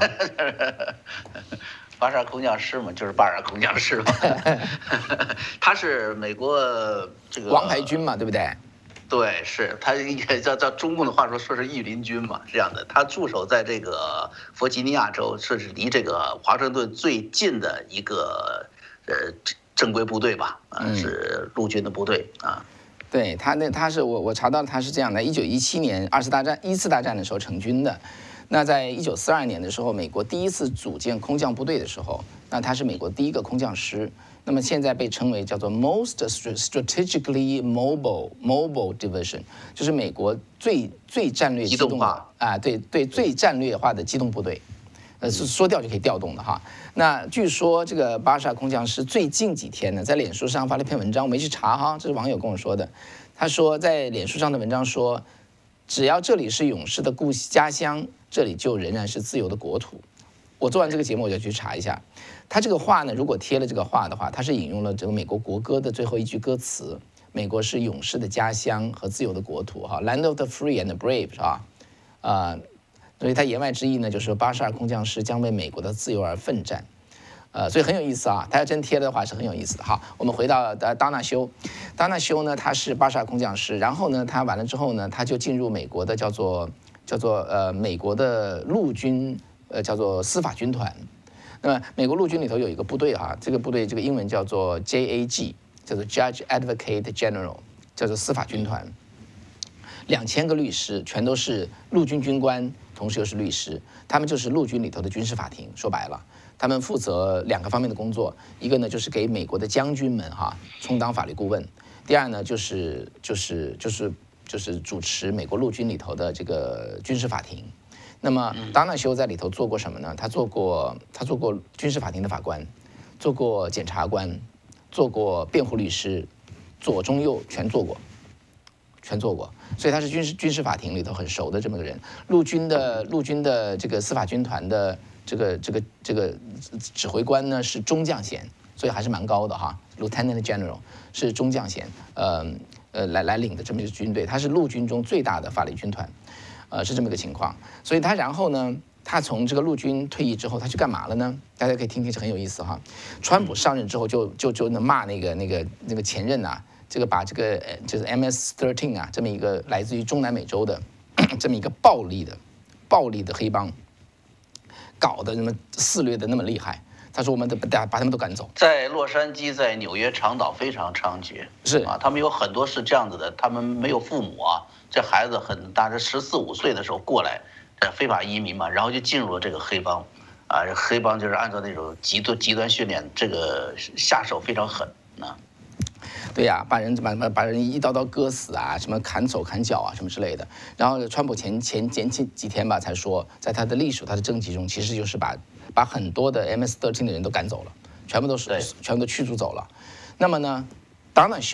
八十二空降师嘛，就是八十二空降师嘛。他是美国这个王牌军嘛，对不对？ 对，是他也叫叫中共的话说，说是御林军嘛，这样的。他驻守在这个弗吉尼亚州，是离这个华盛顿最近的一个呃。正规部队吧，啊，是陆军的部队啊。 对他那他是我我查到他是这样的，一九一七年二次大战一次大战的时候成军的。那在一九四二年的时候，美国第一次组建空降部队的时候，那他是美国第一个空降师。那么现在被称为叫做 most strategically mobile mobile division， 就是美国最最战略机动化啊，对对，最战略化的机动部队。呃，是说调就可以调动的哈。那据说这个巴士空降师最近几天呢，在脸书上发了一篇文章，我没去查哈，这是网友跟我说的。他说在脸书上的文章说，只要这里是勇士的故家乡，这里就仍然是自由的国土。我做完这个节目，我就去查一下，他这个话呢，如果贴了这个话的话，他是引用了这个美国国歌的最后一句歌词：美国是勇士的家乡和自由的国土，哈 ，Land of the free and the brave， 是吧？啊、呃。所以他言外之意呢，就是说八十二空降师将为美国的自由而奋战，呃，所以很有意思啊。他要真贴的话是很有意思的。好，我们回到呃达纳修，达纳修呢，他是八十二空降师，然后呢，他完了之后呢，他就进入美国的叫做叫做呃美国的陆军呃叫做司法军团。那么美国陆军里头有一个部队哈，这个部队这个英文叫做 J A G， 叫做 Judge Advocate General， 叫做司法军团。两千个律师全都是陆军军官，同时又是律师，他们就是陆军里头的军事法庭。说白了，他们负责两个方面的工作，一个呢就是给美国的将军们哈充当法律顾问，第二呢就是就是就是就是主持美国陆军里头的这个军事法庭。那么达纳修在里头做过什么呢？他做过他做过军事法庭的法官，做过检察官，做过辩护律师，左中右全做过。全做过，所以他是军事军事法庭里头很熟的这么个人。陆军的陆军的这个司法军团的这个这个这个指挥官呢是中将衔，所以还是蛮高的哈 ，Lieutenant General 是中将衔，呃呃来来领的这么一个军队，他是陆军中最大的法律军团，呃是这么个情况。所以他然后呢，他从这个陆军退役之后，他去干嘛了呢？大家可以听听，是很有意思哈。川普上任之后就就就能骂那个那个那个前任呐。这个把这个呃就是 M S 十三 啊，这么一个来自于中南美洲的这么一个暴力的暴力的黑帮，搞得那么肆虐的那么厉害。他说我们得把把他们都赶走。 在洛杉矶，在纽约长岛非常猖獗， 是啊，他们有很多是这样子的，他们没有父母啊，这孩子很大，这十四五岁的时候过来，这非法移民嘛，然后就进入了这个黑帮，啊，黑帮就是按照那种极端极端训练，这个下手非常狠啊。 对呀、啊，把人把把人一刀刀割死啊，什么砍手砍脚啊，什么之类的。然后川普前前前前几天吧，才说，在他的隶属他的政绩中，其实就是把把很多的 M S 十三 的人都赶走了，全部都是全部都驱逐走了。那么呢，达纳修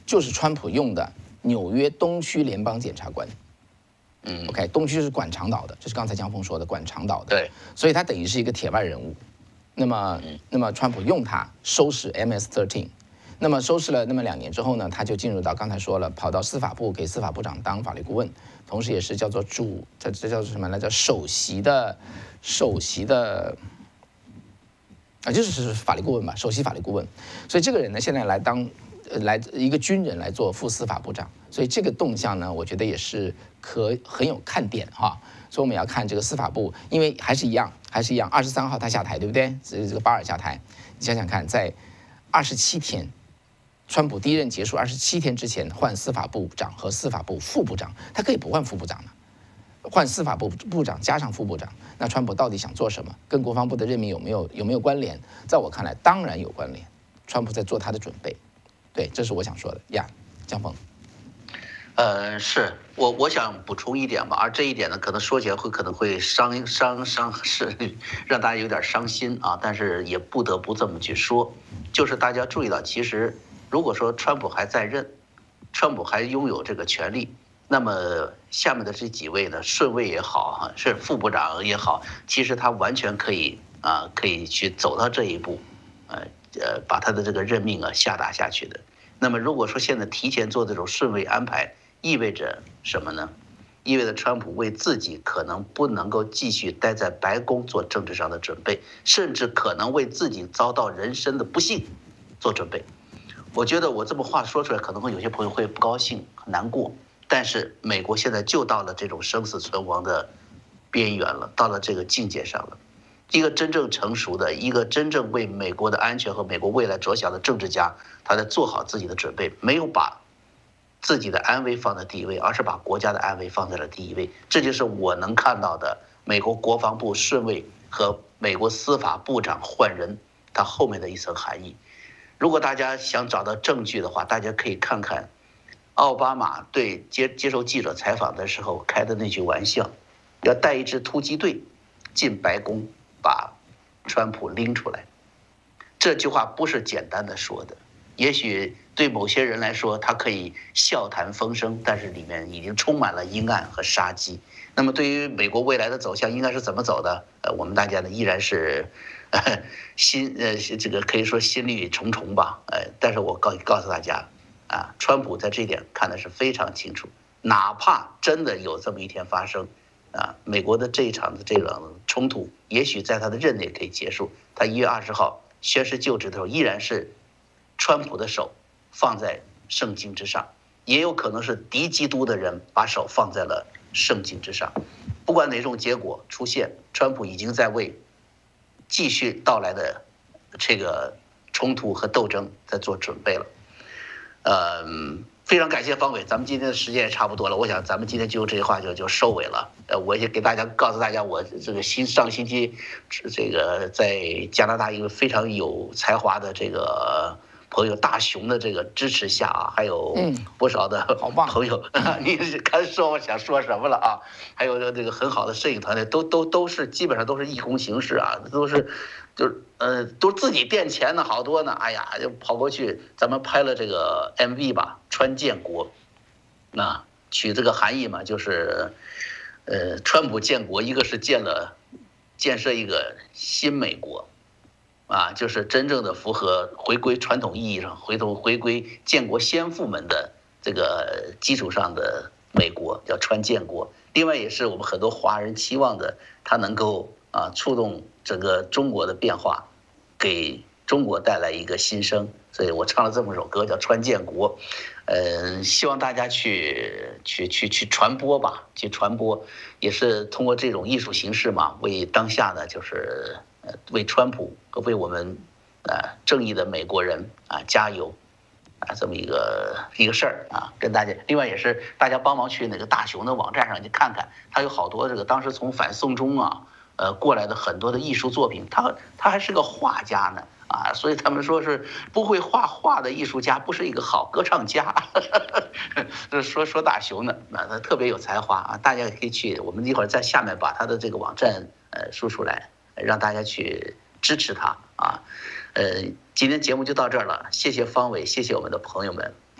就是川普用的纽约东区联邦检察官。 嗯 ，OK， 东区是管长岛的，这是刚才江峰说的管长岛的。 对， 所以他等于是一个铁腕人物。那么，那么川普用他收拾 M S 十三，那么收拾了那么两年之后呢，他就进入到刚才说了，跑到司法部给司法部长当法律顾问，同时也是叫做主，这这叫做什么来着？首席的，首席的。啊，就是法律顾问吧，首席法律顾问。所以这个人呢，现在来当，呃，来一个军人来做副司法部长。所以这个动向呢，我觉得也是可很有看点哈。所以我们要看这个司法部，因为还是一样，还是一样，二十三号他下台，对不对？这这个巴尔下台，你想想看，在二十七天，川普第一任结束二十七天之前换司法部长和司法部副部长，他可以不换副部长的。换司法部部长加上副部长，那川普到底想做什么？跟国防部的任命有没有有没有关联？在我看来，当然有关联。川普在做他的准备，对，这是我想说的呀，江峰。 呃，是我我想补充一点吧，而这一点呢，可能说起来会可能会伤伤伤是让大家有点伤心啊，但是也不得不这么去说，就是大家注意到，其实如果说川普还在任，川普还拥有这个权利。那么下面的这几位呢，顺位也好，是副部长也好，其实他完全可以啊，可以去走到这一步，呃呃，把他的这个任命啊下达下去的。那么如果说现在提前做这种顺位安排，意味着什么呢？意味着川普为自己可能不能够继续待在白宫做政治上的准备，甚至可能为自己遭到人生的不幸做准备。我觉得我这么话说出来，可能会有些朋友会不高兴、很难过。但是美国现在就到了这种生死存亡的边缘了，到了这个境界上了。一个真正成熟的、一个真正为美国的安全和美国未来着想的政治家，他在做好自己的准备，没有把自己的安危放在第一位，而是把国家的安危放在了第一位。这就是我能看到的美国国防部顺位和美国司法部长换人，它后面的一层含义。如果大家想找到证据的话，大家可以看看奥巴马对接接受记者采访的时候开的那句玩笑，要带一支突击队进白宫把川普拎出来。这句话不是简单的说的，也许对某些人来说他可以笑谈风生，但是里面已经充满了阴暗和杀机。那么对于美国未来的走向应该是怎么走的？呃，我们大家呢依然是呃心呃这个可以说心虑重重吧。呃，但是我告告诉大家。啊，川普在这一点看的是非常清楚，哪怕真的有这么一天发生，啊，美国的这一场的这种冲突，也许在他的任内可以结束。他一月二十号宣誓就职的时候，依然是川普的手放在圣经之上，也有可能是敌基督的人把手放在了圣经之上。不管哪种结果出现，川普已经在为继续到来的这个冲突和斗争在做准备了。呃，非常感谢方伟，咱们今天的时间也差不多了，我想咱们今天就这些话就就收尾了。呃，我也给大家告诉大家，我这个新上星期，这个在加拿大一个非常有才华的这个朋友大熊的这个支持下啊，还有不少的朋友，嗯、你看说我想说什么了啊？还有这个很好的摄影团队，都都都是基本上都是义工形式啊，都是。就是呃，都自己垫钱呢，好多呢。哎呀，就跑过去，咱们拍了这个 M V 吧，川建国，那取这个含义嘛，就是呃，川普建国，一个是建了建设一个新美国，啊，就是真正的符合回归传统意义上，回头回归建国先父们的这个基础上的美国，叫川建国。另外也是我们很多华人期望的，它能够啊触动整个中国的变化，给中国带来一个新生。所以我唱了这么首歌叫《川建国》，嗯，希望大家去去去去传播吧，去传播，也是通过这种艺术形式嘛，为当下呢就是呃为川普和为我们啊正义的美国人啊加油。啊，这么一个一个事儿啊，跟大家，另外也是大家帮忙去那个大熊的网站上去看看，他有好多这个当时从反送中啊，呃过来的很多的艺术作品，他他还是个画家呢啊，所以他们说是不会画画的艺术家不是一个好歌唱家，这说说大熊呢，啊他特别有才华啊，大家也可以去，我们一会儿在下面把他的这个网站呃输出来，让大家去支持他啊。呃，今天节目就到这儿了，谢谢方伟，谢谢我们的朋友们。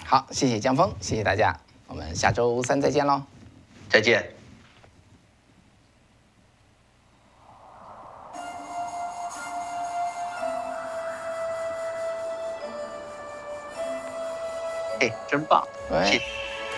好，谢谢江峰，谢谢大家，我们下周三再见喽， 再见。哎，真棒，谢谢。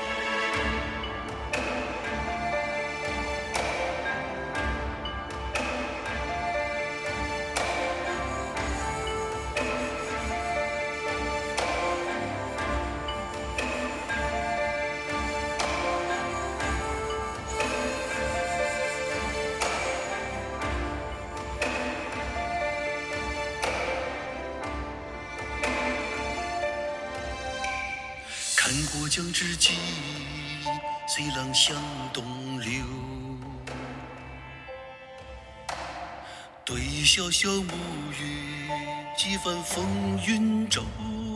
看过江之鲫，随浪向东流。对潇潇暮雨，几番风云骤。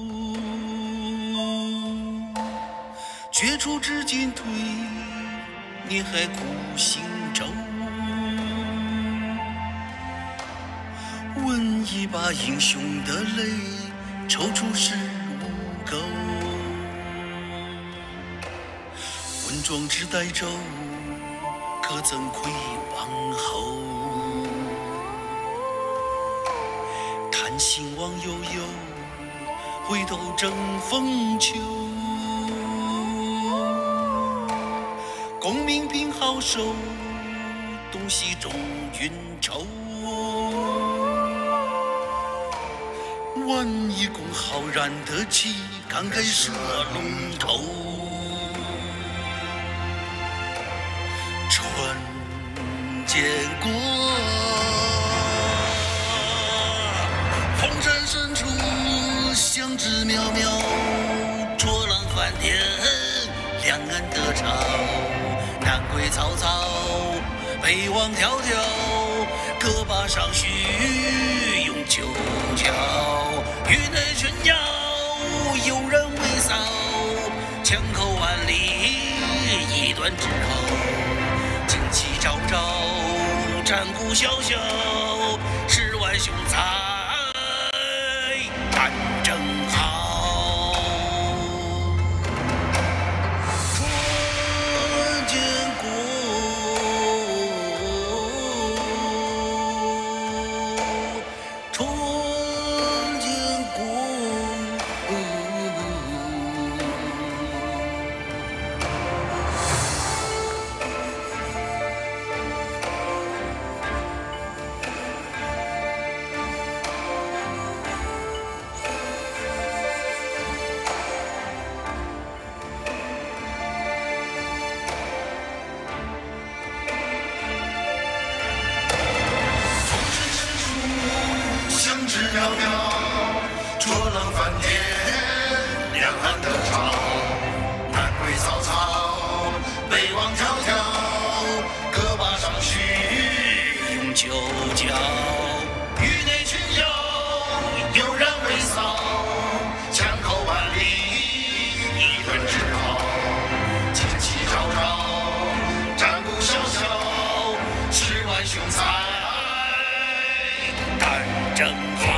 绝处至进退，念还苦行舟。问一把英雄的泪，抽出是无垢。问壮志待周，可曾愧往后？叹兴亡悠悠，回头正逢秋。功名并好收，东西中云愁。万一公浩然得气，慷慨射龙头。船间过，红山深处相知渺渺，浊浪翻天，两岸得潮。南归曹操，北望迢迢，各把尚须永九霄。宇内群妖，有人为骚，枪口万里，一段之后。旌旗昭昭，战鼓萧萧，世外雄才胆正豪。春间过，春间过。缥缈，浊浪翻天，两岸得潮。南归曹操，北望迢迢，各把尚须永九霄。宇内群妖，悠然为骚，枪口万里，一盾之豪。旌旗昭昭，战鼓萧萧，世外雄才胆正豪。